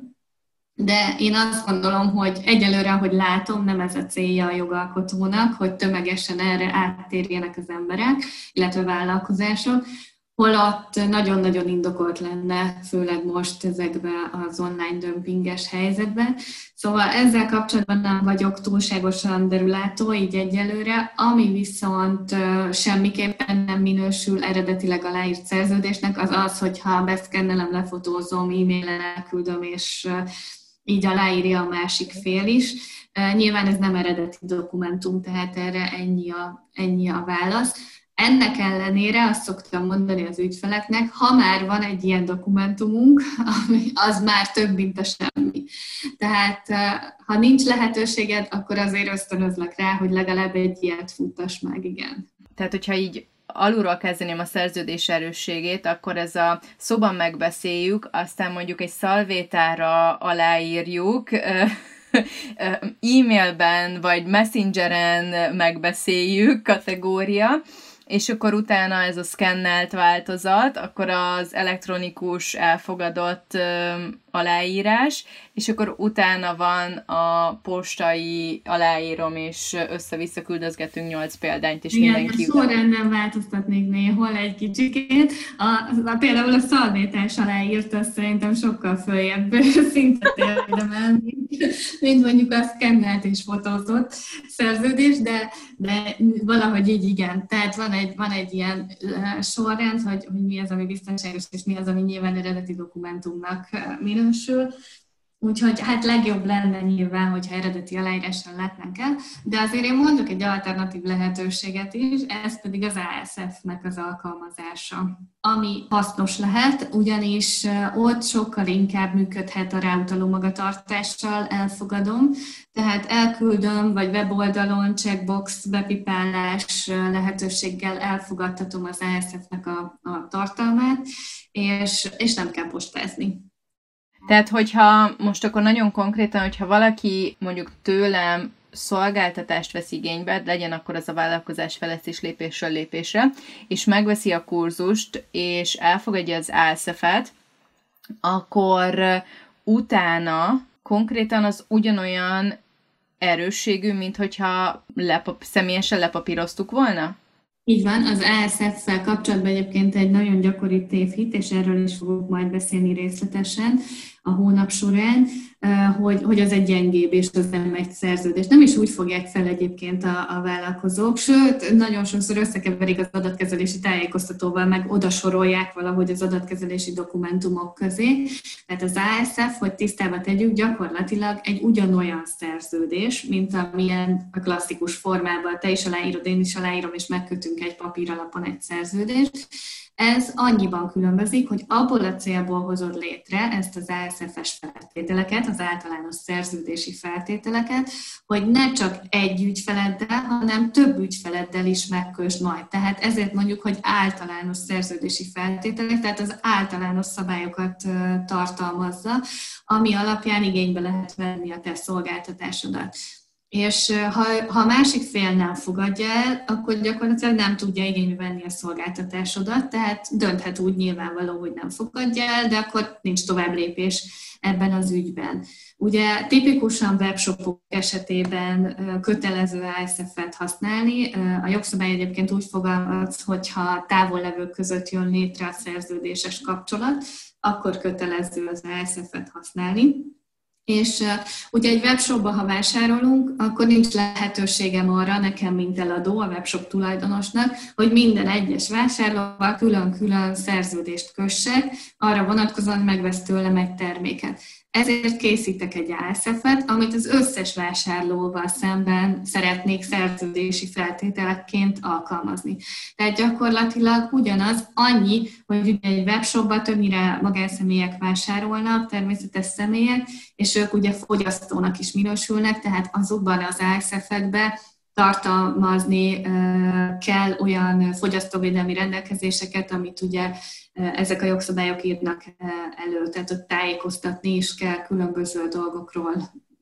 de én azt gondolom, hogy egyelőre, ahogy látom, nem ez a célja a jogalkotónak, hogy tömegesen erre áttérjenek az emberek, illetve vállalkozások, holott nagyon-nagyon indokolt lenne, főleg most ezekben az online dömpinges helyzetben. Szóval ezzel kapcsolatban nem vagyok túlságosan derülátó, így egyelőre, ami viszont semmiképpen nem minősül eredetileg aláírt szerződésnek, az az, hogyha beszkennelem, lefotózom, e-mailen elküldöm, és így aláírja a másik fél is. Nyilván ez nem eredeti dokumentum, tehát erre ennyi a válasz. Ennek ellenére azt szoktam mondani az ügyfeleknek, ha már van egy ilyen dokumentumunk, az már több, mint a semmi. Tehát ha nincs lehetőséged, akkor azért ösztönözlek rá, hogy legalább egy ilyet futtass meg, igen. Tehát, hogyha így alulról kezdeném a szerződés erősségét, akkor ez a szóban megbeszéljük, aztán mondjuk egy szalvétára aláírjuk, e-mailben vagy messengeren megbeszéljük kategória, és akkor utána ez a szkennelt változat, akkor az elektronikus elfogadott aláírás, és akkor utána van a postai aláírom, és össze-vissza küldözgetünk 8 példányt, és igen, mindenki... Igen, sorrendben változtatnék néhol egy kicsikét. Például a szalvétás aláírt, azt szerintem sokkal följebb szintet érdemel, mint mondjuk a szkennelt és fotózott szerződés, de valahogy így igen. Tehát van egy ilyen sorrend, hogy mi az, ami biztonságos, és mi az, ami nyilván eredeti dokumentumnak minősül. Úgyhogy hát legjobb lenne nyilván, hogyha eredeti aláírással látnánk el, de azért én mondok egy alternatív lehetőséget is, ez pedig az ASF-nek az alkalmazása, ami hasznos lehet, ugyanis ott sokkal inkább működhet a ráutaló magatartással, elfogadom, tehát elküldöm, vagy weboldalon checkbox bepipálás lehetőséggel elfogadtatom az ASF-nek a tartalmát, és nem kell postázni. Tehát, hogyha most akkor nagyon konkrétan, hogyha valaki mondjuk tőlem szolgáltatást vesz igénybe, legyen akkor az a vállalkozásfejlesztés lépésről lépésre, és megveszi a kurzust, és elfogadja az ASF-et, akkor utána konkrétan az ugyanolyan erősségű, mint hogyha személyesen lepapíroztuk volna? Így van, az ASF-fel kapcsolatban egyébként egy nagyon gyakori tévhit, és erről is fogok majd beszélni részletesen a hónap során, hogy az egy gyengébb, és az nem egy szerződés. Nem is úgy fogják fel egyébként a vállalkozók, sőt, nagyon sokszor összekeverik az adatkezelési tájékoztatóval, meg oda sorolják valahogy az adatkezelési dokumentumok közé. Tehát az ASF, hogy tisztába tegyük, gyakorlatilag egy ugyanolyan szerződés, mint amilyen a klasszikus formában te is aláírod, én is aláírom, és megkötünk kötünk egy papíralapon egy szerződést. Ez annyiban különbözik, hogy abból a célból hozod létre ezt az ASF-es feltételeket, az általános szerződési feltételeket, hogy ne csak egy ügyfeleddel, hanem több ügyfeleddel is megkösd majd. Tehát ezért mondjuk, hogy általános szerződési feltételek, tehát az általános szabályokat tartalmazza, ami alapján igénybe lehet venni a te szolgáltatásodat. És ha a másik fél nem fogadja el, akkor gyakorlatilag nem tudja igénybe venni a szolgáltatásodat, tehát dönthet úgy nyilvánvaló, hogy nem fogadja el, de akkor nincs tovább lépés ebben az ügyben. Ugye tipikusan webshopok esetében kötelező ASF-et használni. A jogszabály egyébként úgy fogalmaz, hogyha távollevők között jön létre a szerződéses kapcsolat, akkor kötelező az ASF-et használni. És ugye egy webshopba, ha vásárolunk, akkor nincs lehetőségem arra nekem, mint eladó, a webshop tulajdonosnak, hogy minden egyes vásárlóval külön-külön szerződést kössek, arra vonatkozóan, hogy megvesz tőlem egy terméket. Ezért készítek egy ASF-et, amit az összes vásárlóval szemben szeretnék szerződési feltételekként alkalmazni. Tehát gyakorlatilag ugyanaz, annyi, hogy egy webshopban többnyire magánszemélyek vásárolnak, természetes személyek, és ők ugye fogyasztónak is minősülnek, tehát azokban az ASF-ekben tartalmazni kell olyan fogyasztóvédelmi rendelkezéseket, amit ugye ezek a jogszabályok írnak elő, tehát ott tájékoztatni is kell különböző dolgokról,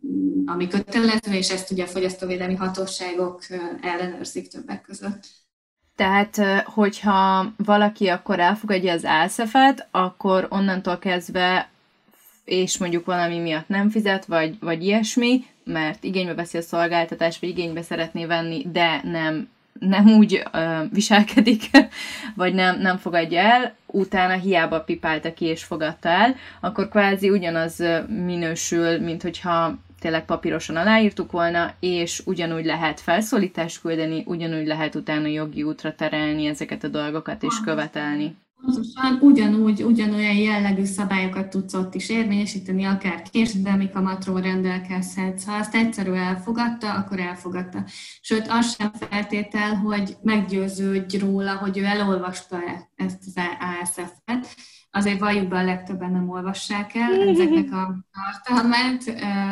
ami kötelező, és ezt ugye a fogyasztóvédelmi hatóságok ellenőrzik többek között. Tehát, hogyha valaki akkor elfogadja az ASF-et, akkor onnantól kezdve, és mondjuk valami miatt nem fizet, vagy ilyesmi, mert igénybe veszi a szolgáltatást, vagy igénybe szeretné venni, de nem úgy viselkedik, vagy nem fogadja el, utána hiába pipálta ki és fogadta el, akkor kvázi ugyanaz minősül, mint hogyha tényleg papírosan aláírtuk volna, és ugyanúgy lehet felszólítást küldeni, ugyanúgy lehet utána jogi útra terelni ezeket a dolgokat és követelni. Pontosan, ugyanolyan jellegű szabályokat tudsz ott is érvényesíteni, akár késedelmi kamatról rendelkezhetsz. Ha azt egyszerű elfogadta, akkor elfogadta. Sőt, az sem feltétel, hogy meggyőződj róla, hogy ő elolvasta ezt az ASF-et. Azért valljuk be, a legtöbben nem olvassák el ezeknek a tartalmát.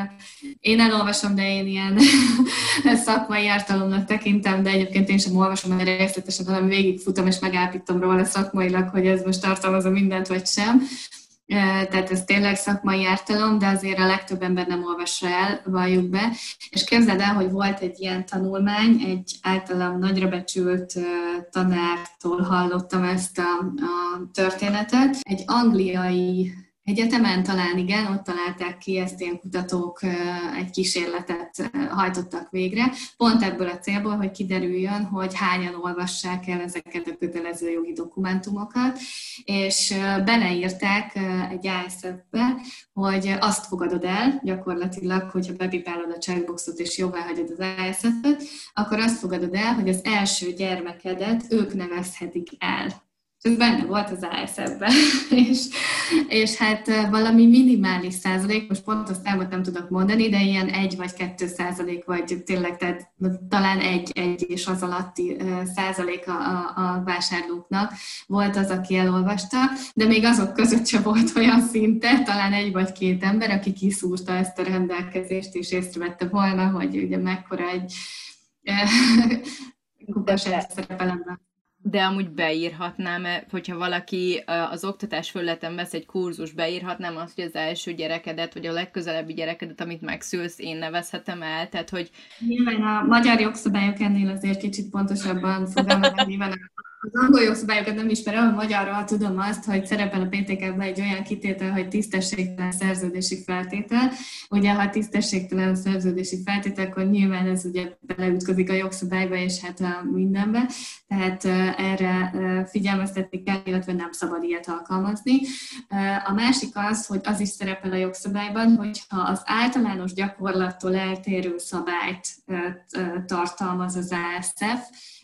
Én elolvasom, de én ilyen szakmai ártalomnak tekintem, de egyébként én sem olvasom el részletesen, hanem végigfutom és megállapítom róla szakmailag, hogy ez most tartalmazza mindent, vagy sem. Tehát ez tényleg szakmai ártalom, de azért a legtöbb ember nem olvassa el, valljuk be. És képzeld el, hogy volt egy ilyen tanulmány, egy általam nagyra becsült tanártól hallottam ezt a történetet. Egy angliai egyetemen talán igen, ott találták ki, ezt ilyen kutatók egy kísérletet hajtottak végre, pont ebből a célból, hogy kiderüljön, hogy hányan olvassák el ezeket a kötelező jogi dokumentumokat, és beleírták egy ASF-be, hogy azt fogadod el, gyakorlatilag, hogyha bepipálod a checkboxot és jóváhagyod az ASF-et, akkor azt fogadod el, hogy az első gyermekedet ők nevezhetik el. Ez benne volt az ASF-ben, és hát valami minimális százalék, most pontos számot nem tudok mondani, de ilyen 1 vagy 2%, vagy tényleg, tehát talán 1 és az alatti százalék a vásárlóknak volt az, aki elolvasta, de még azok között sem volt olyan szinte, talán 1 vagy 2 ember, aki kiszúrta ezt a rendelkezést, és észrevette volna, hogy ugye mekkora egy kupaság szerepelemben. De amúgy beírhatnám, hogyha valaki az oktatás felületen vesz egy kurzus, beírhatnám azt, hogy az első gyerekedet, vagy a legközelebbi gyerekedet, amit megszülsz, én nevezhetem el, tehát hogy... Nyilván a magyar jogszabályok ennél azért kicsit pontosabban fogalmaznak, nyilván az angol jogszabályokat nem ismerem, a magyarról tudom azt, hogy szerepel a PTK-ben egy olyan kitétel, hogy tisztességtelen szerződési feltétel. Ugye, ha tisztességtelen szerződési feltétel, akkor nyilván ez ugye beleütközik a jogszabályba, és hát a mindenbe. Tehát erre figyelmeztetni kell, illetve nem szabad ilyet alkalmazni. A másik az, hogy az is szerepel a jogszabályban, hogyha az általános gyakorlattól eltérő szabályt tartalmaz az ASF,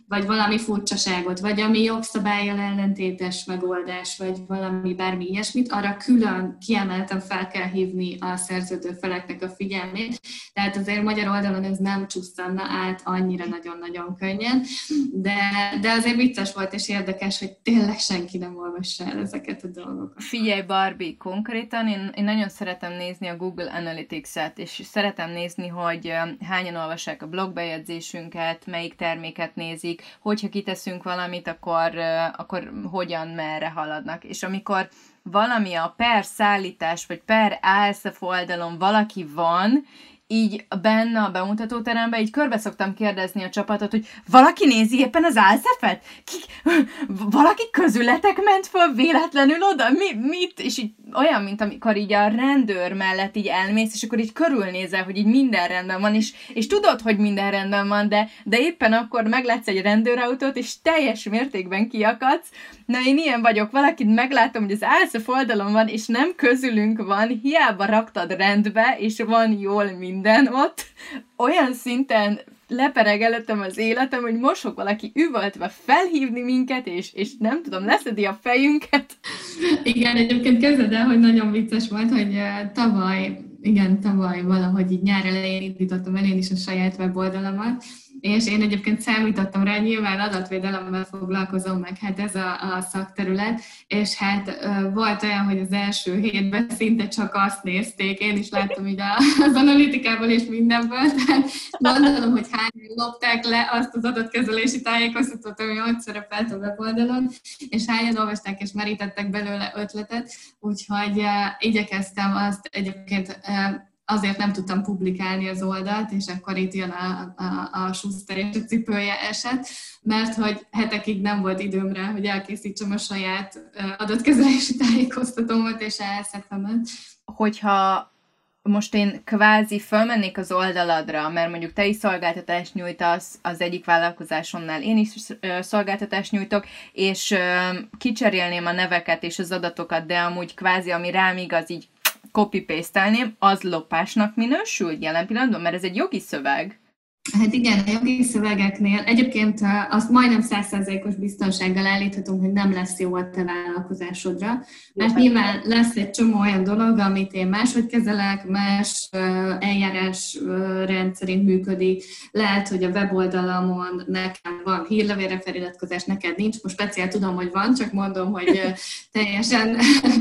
vagy valami furcsaságot, vagy ami jogszabállyal ellentétes megoldás, vagy valami bármi ilyesmit, arra külön kiemelten fel kell hívni a szerződő feleknek a figyelmét. Tehát azért magyar oldalon ez nem csusszanna át annyira nagyon-nagyon könnyen, de azért vicces volt és érdekes, hogy tényleg senki nem olvassa el ezeket a dolgokat. Figyelj, Barbie, konkrétan én nagyon szeretem nézni a Google Analytics-et, és szeretem nézni, hogy hányan olvassák a blogbejegyzésünket, melyik terméket nézik, hogyha kiteszünk valamit, akkor hogyan, merre haladnak. És amikor valami a per szállítás, vagy per ASF oldalon valaki van, így benne a bemutatóteremben így körbe szoktam kérdezni a csapatot, hogy valaki nézi éppen az ASF-et? Valaki közületek ment föl véletlenül oda? Mit? És így olyan, mint amikor így a rendőr mellett így elmész, és akkor így körülnézel, hogy így minden rendben van, és tudod, hogy minden rendben van, de éppen akkor meglátsz egy rendőrautót, és teljes mértékben kiakadsz. Na, én ilyen vagyok, valakit meglátom, hogy az ASF oldalon van, és nem közülünk van, hiába raktad rendbe, és van jól minden ott, olyan szinten lepereg előttem az életem, hogy most fog valaki üvöltve felhívni minket, és nem tudom, leszedi a fejünket. Igen, egyébként képzeld el, hogy nagyon vicces volt, hogy tavaly valahogy így nyár elején indítottam el én is a saját weboldalamat, és én egyébként számítottam rá, nyilván adatvédelemmel foglalkozom, meg hát ez a szakterület, és hát volt olyan, hogy az első hétben szinte csak azt nézték, én is láttam így az analitikából és mindenből, tehát gondolom, hogy hányan lopták le azt az adatkezelési tájékoztatót, ami ott szerepelt a weboldalon, és hányan olvasták és merítettek belőle ötletet, úgyhogy igyekeztem azt egyébként azért nem tudtam publikálni az oldalt, és akkor itt jön a Schuster és a cipője eset, mert hogy hetekig nem volt időm rá, hogy elkészítsem a saját adatkezelési tájékoztatómat és ASF-emet. Hogyha most én kvázi fölmennék az oldaladra, mert mondjuk te is szolgáltatást nyújtasz az egyik vállalkozásomnál, én is szolgáltatást nyújtok, és kicserélném a neveket és az adatokat, de amúgy kvázi, ami rám igaz, így copy-paste-elném, az lopásnak minősül jelen pillanatban, mert ez egy jogi szöveg. Hát igen, a jogi szövegeknél egyébként azt majdnem 100%-os biztonsággal állíthatunk, hogy nem lesz jó a te vállalkozásodra, mert nyilván lesz egy csomó olyan dolog, amit én máshogy kezelek, más eljárás rendszerint működik. Lehet, hogy a weboldalamon nekem van hírlevélre feliratkozás, neked nincs. Most speciál tudom, hogy van, csak mondom, hogy teljesen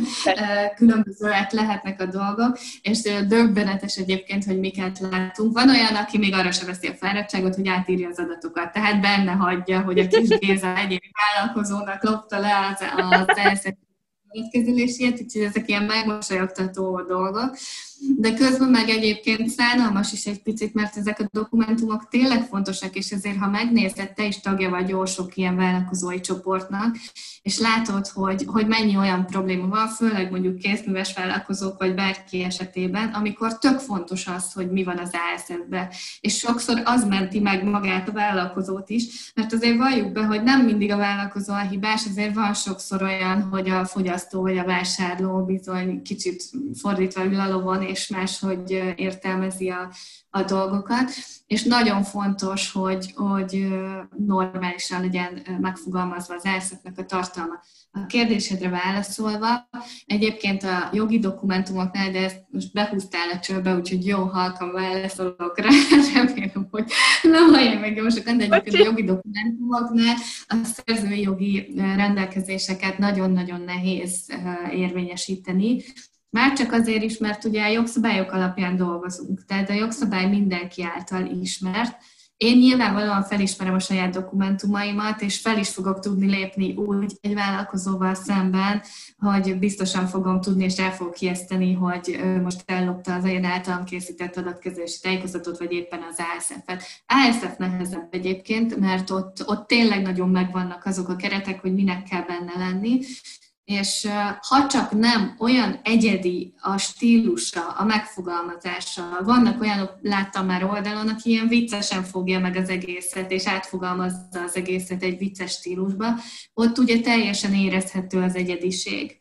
különbözőek lehetnek a dolgok, és döbbenetes egyébként, hogy miket látunk. Van olyan, aki még arra se veszi a fáradtságot, hogy átírja az adatokat. Tehát benne hagyja, hogy a kis Géza egyéb vállalkozónak lopta le az ASF adatkezelését, úgyhogy ezek ilyen megmosolyogtató dolgok. De közben meg egyébként szánalmas is egy picit, mert ezek a dokumentumok tényleg fontosak, és ezért, ha megnézed, te is tagja vagy jó sok ilyen vállalkozói csoportnak, és látod, hogy mennyi olyan probléma van, főleg mondjuk kézműves vállalkozók, vagy bárki esetében, amikor tök fontos az, hogy mi van az ASF-ben. És sokszor az menti meg magát a vállalkozót is, mert azért valljuk be, hogy nem mindig a vállalkozó a hibás, azért van sokszor olyan, hogy a fogyasztó vagy a vásárló bizony kicsit fordítva ül a lovon, és máshogy értelmezi a dolgokat, és nagyon fontos, hogy normálisan legyen megfogalmazva az ASF-nek a tartalma. A kérdésedre válaszolva, egyébként a jogi dokumentumoknál, de ezt most behúztál a csőbe, úgyhogy jó halkan válaszolok rá, remélem, hogy nem hallják meg jó sokan, de egyébként a jogi dokumentumoknál a szerzői jogi rendelkezéseket nagyon-nagyon nehéz érvényesíteni. Már csak azért is, mert ugye a jogszabályok alapján dolgozunk, tehát a jogszabály mindenki által ismert. Én nyilvánvalóan felismerem a saját dokumentumaimat, és fel is fogok tudni lépni úgy egy vállalkozóval szemben, hogy biztosan fogom tudni, és el fogok ijeszteni, hogy most ellopta az én általam készített adatkezelési tájékoztatót, vagy éppen az ASF-et. ASF nehezebb egyébként, mert ott tényleg nagyon megvannak azok a keretek, hogy minek kell benne lenni, és ha csak nem olyan egyedi a stílusa, a megfogalmazása, vannak olyanok, láttam már oldalon, aki ilyen viccesen fogja meg az egészet, és átfogalmazza az egészet egy vicces stílusba, ott ugye teljesen érezhető az egyediség.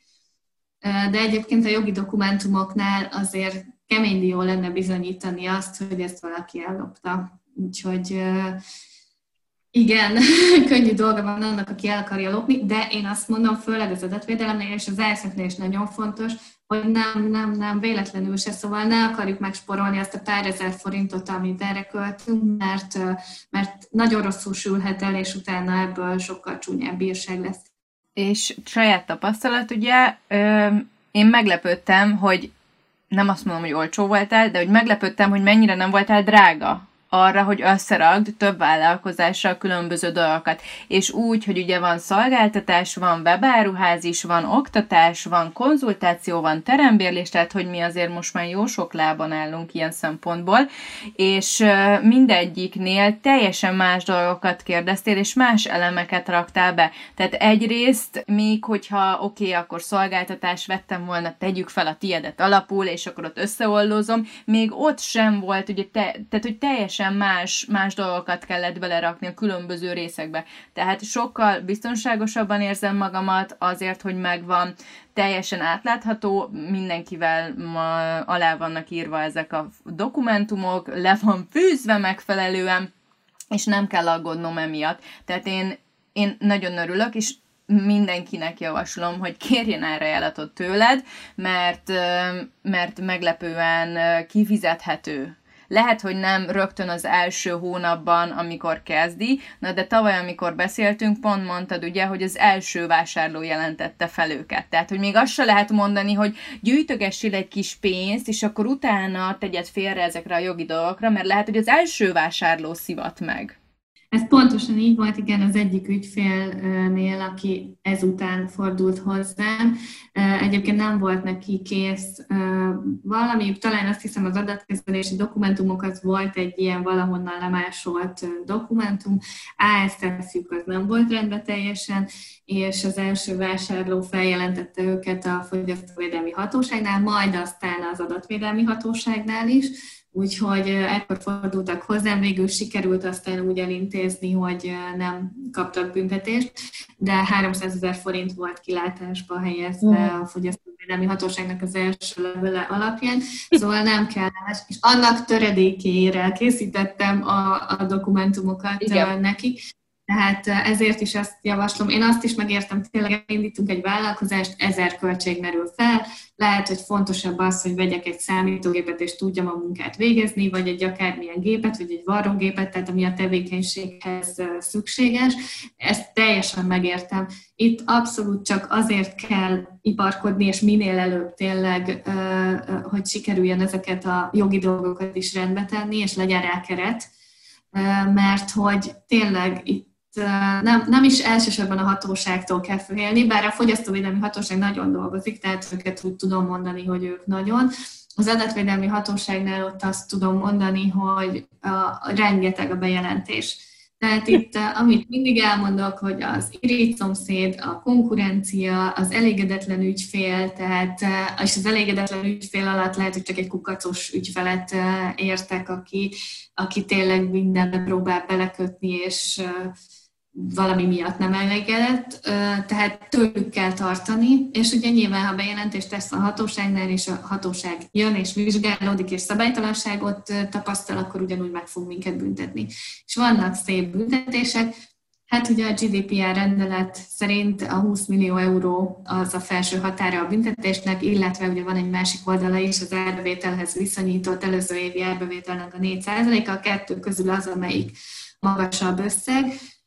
De egyébként a jogi dokumentumoknál azért kemény dió lenne bizonyítani azt, hogy ezt valaki ellopta. Úgyhogy Igen, könnyű dolga van annak, aki el akarja lopni, de én azt mondom, főleg az adatvédelemnél és az elszeknél is nagyon fontos, hogy nem véletlenül se, szóval ne akarjuk megsporolni azt a pár ezer forintot, amit erre költünk, mert nagyon rosszul sülhet el, és utána ebből sokkal csúnyább bírság lesz. És saját tapasztalat, ugye, én meglepődtem, hogy nem azt mondom, hogy olcsó voltál, de hogy meglepődtem, hogy mennyire nem voltál drága arra, hogy összeragd több vállalkozással különböző dolgokat. És úgy, hogy ugye van szolgáltatás, van webáruház is, van oktatás, van konzultáció, van terembérlés, tehát hogy mi azért most már jó sok lábon állunk ilyen szempontból, és mindegyiknél teljesen más dolgokat kérdeztél, és más elemeket raktál be. Tehát egyrészt, még hogyha oké, akkor szolgáltatás vettem volna, tegyük fel a tiédet alapul, és akkor ott összeollózom, még ott sem volt, ugye tehát, hogy teljesen más dolgokat kellett belerakni a különböző részekbe. Tehát sokkal biztonságosabban érzem magamat azért, hogy megvan, teljesen átlátható, mindenkivel alá vannak írva ezek a dokumentumok, le van fűzve megfelelően, és nem kell aggódnom emiatt. Tehát én nagyon örülök, és mindenkinek javaslom, hogy kérjen erre ajánlatot tőled, mert meglepően kifizethető. Lehet, hogy nem rögtön az első hónapban, amikor kezdi, de tavaly, amikor beszéltünk, pont mondtad ugye, hogy az első vásárló jelentette fel őket. Tehát, hogy még azt se lehet mondani, hogy gyűjtögessél egy kis pénzt, és akkor utána tegyed félre ezekre a jogi dolgokra, mert lehet, hogy az első vásárló szivat meg. Ez pontosan így volt, igen, az egyik ügyfélnél, aki ezután fordult hozzám. Egyébként nem volt neki kész valami, talán azt hiszem az adatkezelési dokumentumok, az volt egy ilyen valahonnan lemásolt dokumentum, ASF-jük az nem volt rendben teljesen, és az első vásárló feljelentette őket a Fogyasztóvédelmi Hatóságnál, majd aztán az Adatvédelmi Hatóságnál is. Úgyhogy ekkor fordultak hozzám, végül sikerült aztán úgy elintézni, hogy nem kaptak büntetést, de 300 000 forint volt kilátásba helyezve a Fogyasztóvédelmi Hatóságnak az első levele alapján, szóval nem kell, és annak töredékére készítettem a dokumentumokat nekik. Tehát ezért is azt javaslom, én azt is megértem, tényleg indítunk egy vállalkozást, 1000 költség merül fel, lehet, hogy fontosabb az, hogy vegyek egy számítógépet és tudjam a munkát végezni, vagy egy akármilyen gépet, vagy egy varrógépet, tehát ami a tevékenységhez szükséges. Ezt teljesen megértem. Itt abszolút csak azért kell iparkodni, és minél előbb tényleg, hogy sikerüljen ezeket a jogi dolgokat is rendbe tenni, és legyen rá keret, mert hogy tényleg itt nem is elsősorban a hatóságtól kell félni, bár a Fogyasztóvédelmi Hatóság nagyon dolgozik, tehát őket úgy tudom mondani, hogy ők nagyon. Az Adatvédelmi Hatóságnál ott azt tudom mondani, hogy rengeteg a bejelentés. Tehát itt, amit mindig elmondok, hogy az irigy szomszéd, a konkurencia, az elégedetlen ügyfél, és az elégedetlen ügyfél alatt lehet, hogy csak egy kukacos ügyfelet értek, aki tényleg mindenbe próbál belekötni, és valami miatt nem elégedett, tehát tőlük kell tartani, és ugye nyilván, ha bejelentést tesz a hatóságnál, és a hatóság jön és vizsgálódik, és szabálytalanságot tapasztal, akkor ugyanúgy meg fog minket büntetni. És vannak szép büntetések, hát ugye a GDPR rendelet szerint a 20 millió euró az a felső határa a büntetésnek, illetve ugye van egy másik oldala is, az árbevételhez viszonyított előző évi árbevételnek a 4%-a, a kettő közül az, amelyik magasabb összeg.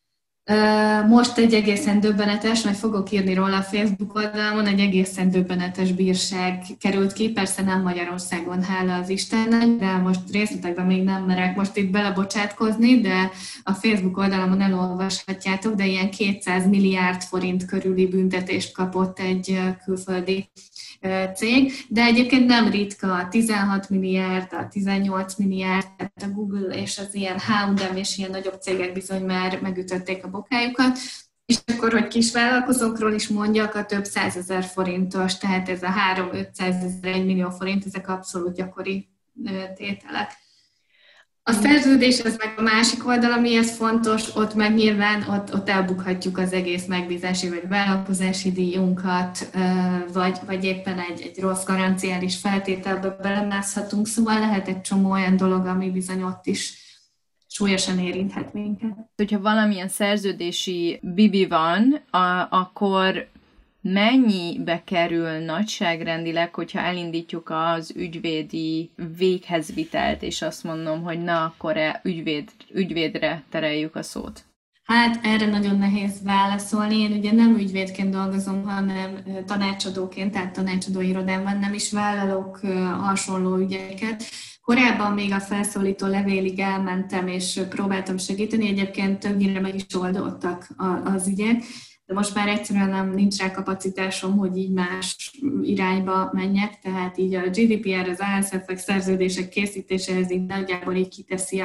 Most egy egészen döbbenetes, majd fogok írni róla a Facebook oldalamon, egy egészen döbbenetes bírság került ki, persze nem Magyarországon, hála az Istennek, de most részletekben még nem merek most itt belebocsátkozni, de a Facebook oldalamon elolvashatjátok, de ilyen 200 milliárd forint körüli büntetést kapott egy külföldi cég, de egyébként nem ritka a 16 milliárd, a 18 milliárd, tehát a Google és az ilyen H&M és ilyen nagyobb cégek bizony már megütötték a bokájukat, és akkor, hogy kis vállalkozókról is mondjak, a több 100 000 forintos, tehát ez a 300 000-500 000, 1 millió forint, ezek abszolút gyakori tételek. A szerződés, az meg a másik oldal, amihez fontos, ott meg nyilván ott elbukhatjuk az egész megbízási vagy vállalkozási díjunkat, vagy éppen egy rossz garanciális feltételbe belemászhatunk, szóval lehet egy csomó olyan dolog, ami bizony ott is súlyosan érinthet minket. Hogyha valamilyen szerződési bibi van, akkor mennyibe kerül nagyságrendileg, hogyha elindítjuk az ügyvédi véghezvitelt, és azt mondom, hogy na, akkor ügyvédre tereljük a szót? Hát erre nagyon nehéz válaszolni. Én ugye nem ügyvédként dolgozom, hanem tanácsadóként, tehát tanácsadói irodában nem is vállalok hasonló ügyeket. Korábban még a felszólító levélig elmentem, és próbáltam segíteni. Egyébként többnyire meg is oldottak az ügyek, de most már egyszerűen nincs rá kapacitásom, hogy így más irányba menjek, tehát így a GDPR, az ASF-ek szerződések készítéséhez így nagyjából így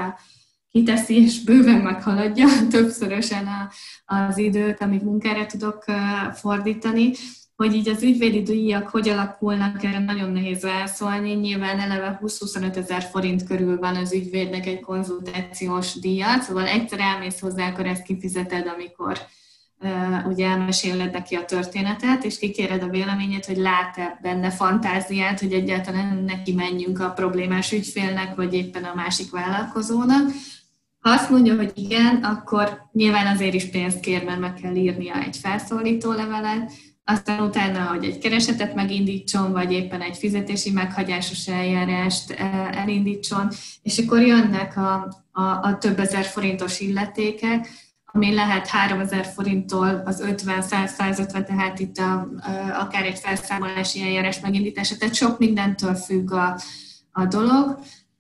kiteszi és bőven meghaladja többszörösen az időt, amit munkára tudok fordítani. Hogy így az ügyvédi díjak hogy alakulnak, erre nagyon nehéz válaszolni. Nyilván eleve 20-25 ezer forint körül van az ügyvédnek egy konzultációs díja, szóval egyszer elmész hozzá, akkor ezt kifizeted, amikor ugye elmeséled neki a történetet, és kikéred a véleményét, hogy lát-e benne fantáziát, hogy egyáltalán neki menjünk a problémás ügyfélnek, vagy éppen a másik vállalkozónak. Ha azt mondja, hogy igen, akkor nyilván azért is pénzt kér, mert meg kell írnia egy felszólító levelet, aztán utána, hogy egy keresetet megindítson, vagy éppen egy fizetési meghagyásos eljárást elindítson, és akkor jönnek a több ezer forintos illetékek, ami lehet 3000 forinttól az 50-100-150, tehát itt akár egy felszámolási eljárás megindítása, tehát sok mindentől függ a dolog.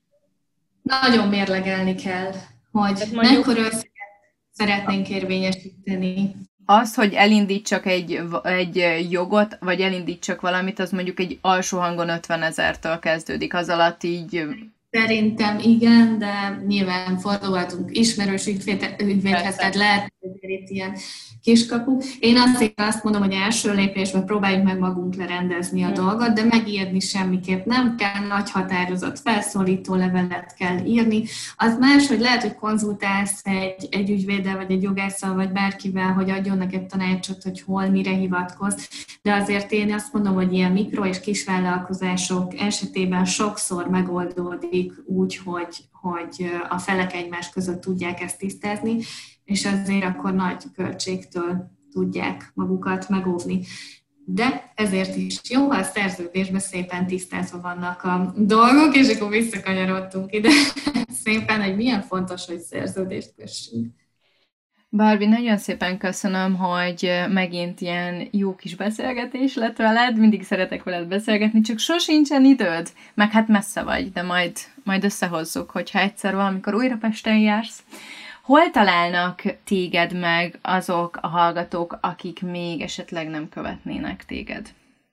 Nagyon mérlegelni kell, hogy mekkora összeget szeretnénk érvényesíteni. Az, hogy elindítsak egy jogot, vagy elindítsak valamit, az mondjuk egy alsó hangon 50 000-től kezdődik, az alatt így... Szerintem igen, de nyilván fordulhatunk ismerős ügyvédhez, tehát lehet, hogy itt ilyen kiskapuk. Én azt mondom, hogy első lépésben próbáljuk meg magunk lerendezni a dolgot, de megijedni semmiképp nem kell, nagy határozott felszólító levelet kell írni. Az más, hogy lehet, hogy konzultálsz egy ügyvéddel, vagy egy jogásszal, vagy bárkivel, hogy adjon neked tanácsot, hogy hol, mire hivatkozz. De azért én azt mondom, hogy ilyen mikro- és kisvállalkozások esetében sokszor megoldódik úgy, hogy a felek egymás között tudják ezt tisztázni, és azért akkor nagy költségtől tudják magukat megóvni. De ezért is jó, ha a szerződésben szépen tisztázva vannak a dolgok, és akkor visszakanyarodtunk ide szépen, hogy milyen fontos, hogy szerződést kössünk. Barbie, nagyon szépen köszönöm, hogy megint ilyen jó kis beszélgetés lett veled, mindig szeretek veled beszélgetni, csak sosincsen időd, meg hát messze vagy, de majd összehozzuk, hogyha egyszer valamikor újra Pesten jársz. Hol találnak téged meg azok a hallgatók, akik még esetleg nem követnének téged?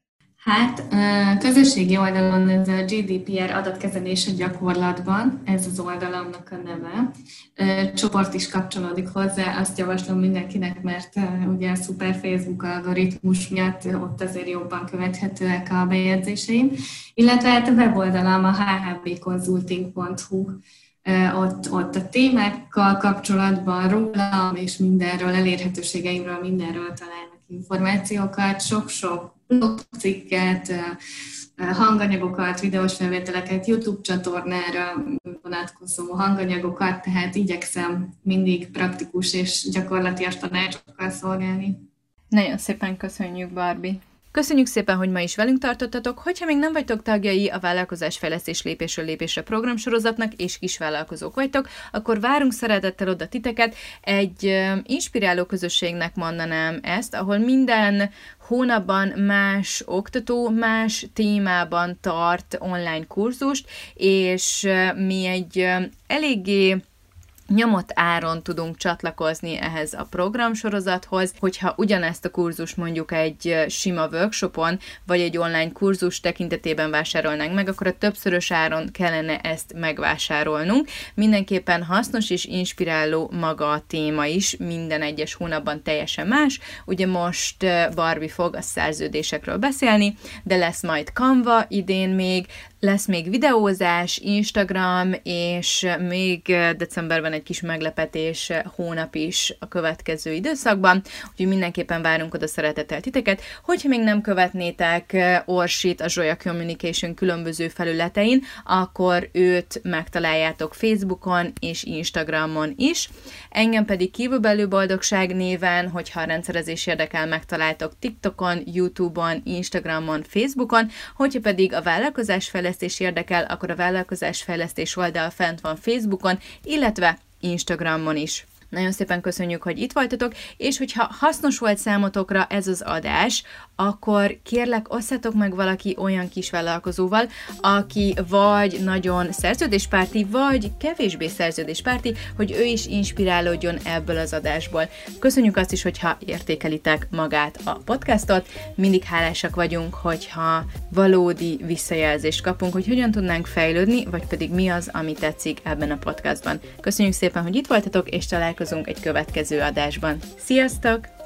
Hát közösségi oldalon ez a GDPR adatkezelése gyakorlatban, ez az oldalamnak a neve. Csoport is kapcsolódik hozzá, azt javaslom mindenkinek, mert ugye a szuper Facebook algoritmus miatt ott azért jobban követhetőek a bejegyzéseim. Illetve hát a weboldalam a hhbconsulting.hu. Ott a témákkal kapcsolatban rólam és mindenről, elérhetőségeimről, mindenről találnak információkat, sok-sok blogcikket, hanganyagokat, videós felvételeket, YouTube csatornára vonatkozó hanganyagokat, tehát igyekszem mindig praktikus és gyakorlatias tanácsokkal szolgálni. Nagyon szépen köszönjük, Barbie! Köszönjük szépen, hogy ma is velünk tartottatok. Hogyha még nem vagytok tagjai a Vállalkozásfejlesztés lépésről lépésre programsorozatnak, és kisvállalkozók vagytok, akkor várunk szeretettel oda titeket. Egy inspiráló közösségnek mondanám ezt, ahol minden hónapban más oktató, más témában tart online kurzust, és mi egy eléggé nyomott áron tudunk csatlakozni ehhez a programsorozathoz, hogyha ugyanezt a kurzust mondjuk egy sima workshopon, vagy egy online kurzus tekintetében vásárolnánk meg, akkor a többszörös áron kellene ezt megvásárolnunk. Mindenképpen hasznos és inspiráló maga a téma is, minden egyes hónapban teljesen más. Ugye most Barbie fog a szerződésekről beszélni, de lesz majd Canva idén még, lesz még videózás, Instagram, és még decemberben egy kis meglepetés hónap is a következő időszakban, úgyhogy mindenképpen várunk oda szeretettel titeket. Hogyha még nem követnétek Orsit a Zsolya Communication különböző felületein, akkor őt megtaláljátok Facebookon és Instagramon is. Engem pedig Kívülbelül Boldogság néven, hogyha a rendszerezés érdekel, megtaláltok TikTokon, YouTube-on, Instagramon, Facebookon, hogyha pedig a vállalkozásfejlesztés érdekel, akkor a vállalkozásfejlesztés oldal fent van Facebookon, illetve Instagramon is. Nagyon szépen köszönjük, hogy itt voltatok, és hogyha hasznos volt számotokra ez az adás, akkor kérlek, osszátok meg valaki olyan kisvállalkozóval, aki vagy nagyon szerződéspárti, vagy kevésbé szerződéspárti, hogy ő is inspirálódjon ebből az adásból. Köszönjük azt is, hogyha értékelitek magát a podcastot, mindig hálásak vagyunk, hogyha valódi visszajelzést kapunk, hogy hogyan tudnánk fejlődni, vagy pedig mi az, ami tetszik ebben a podcastban. Köszönjük szépen, hogy itt voltatok, és találkozunk egy következő adásban. Sziasztok!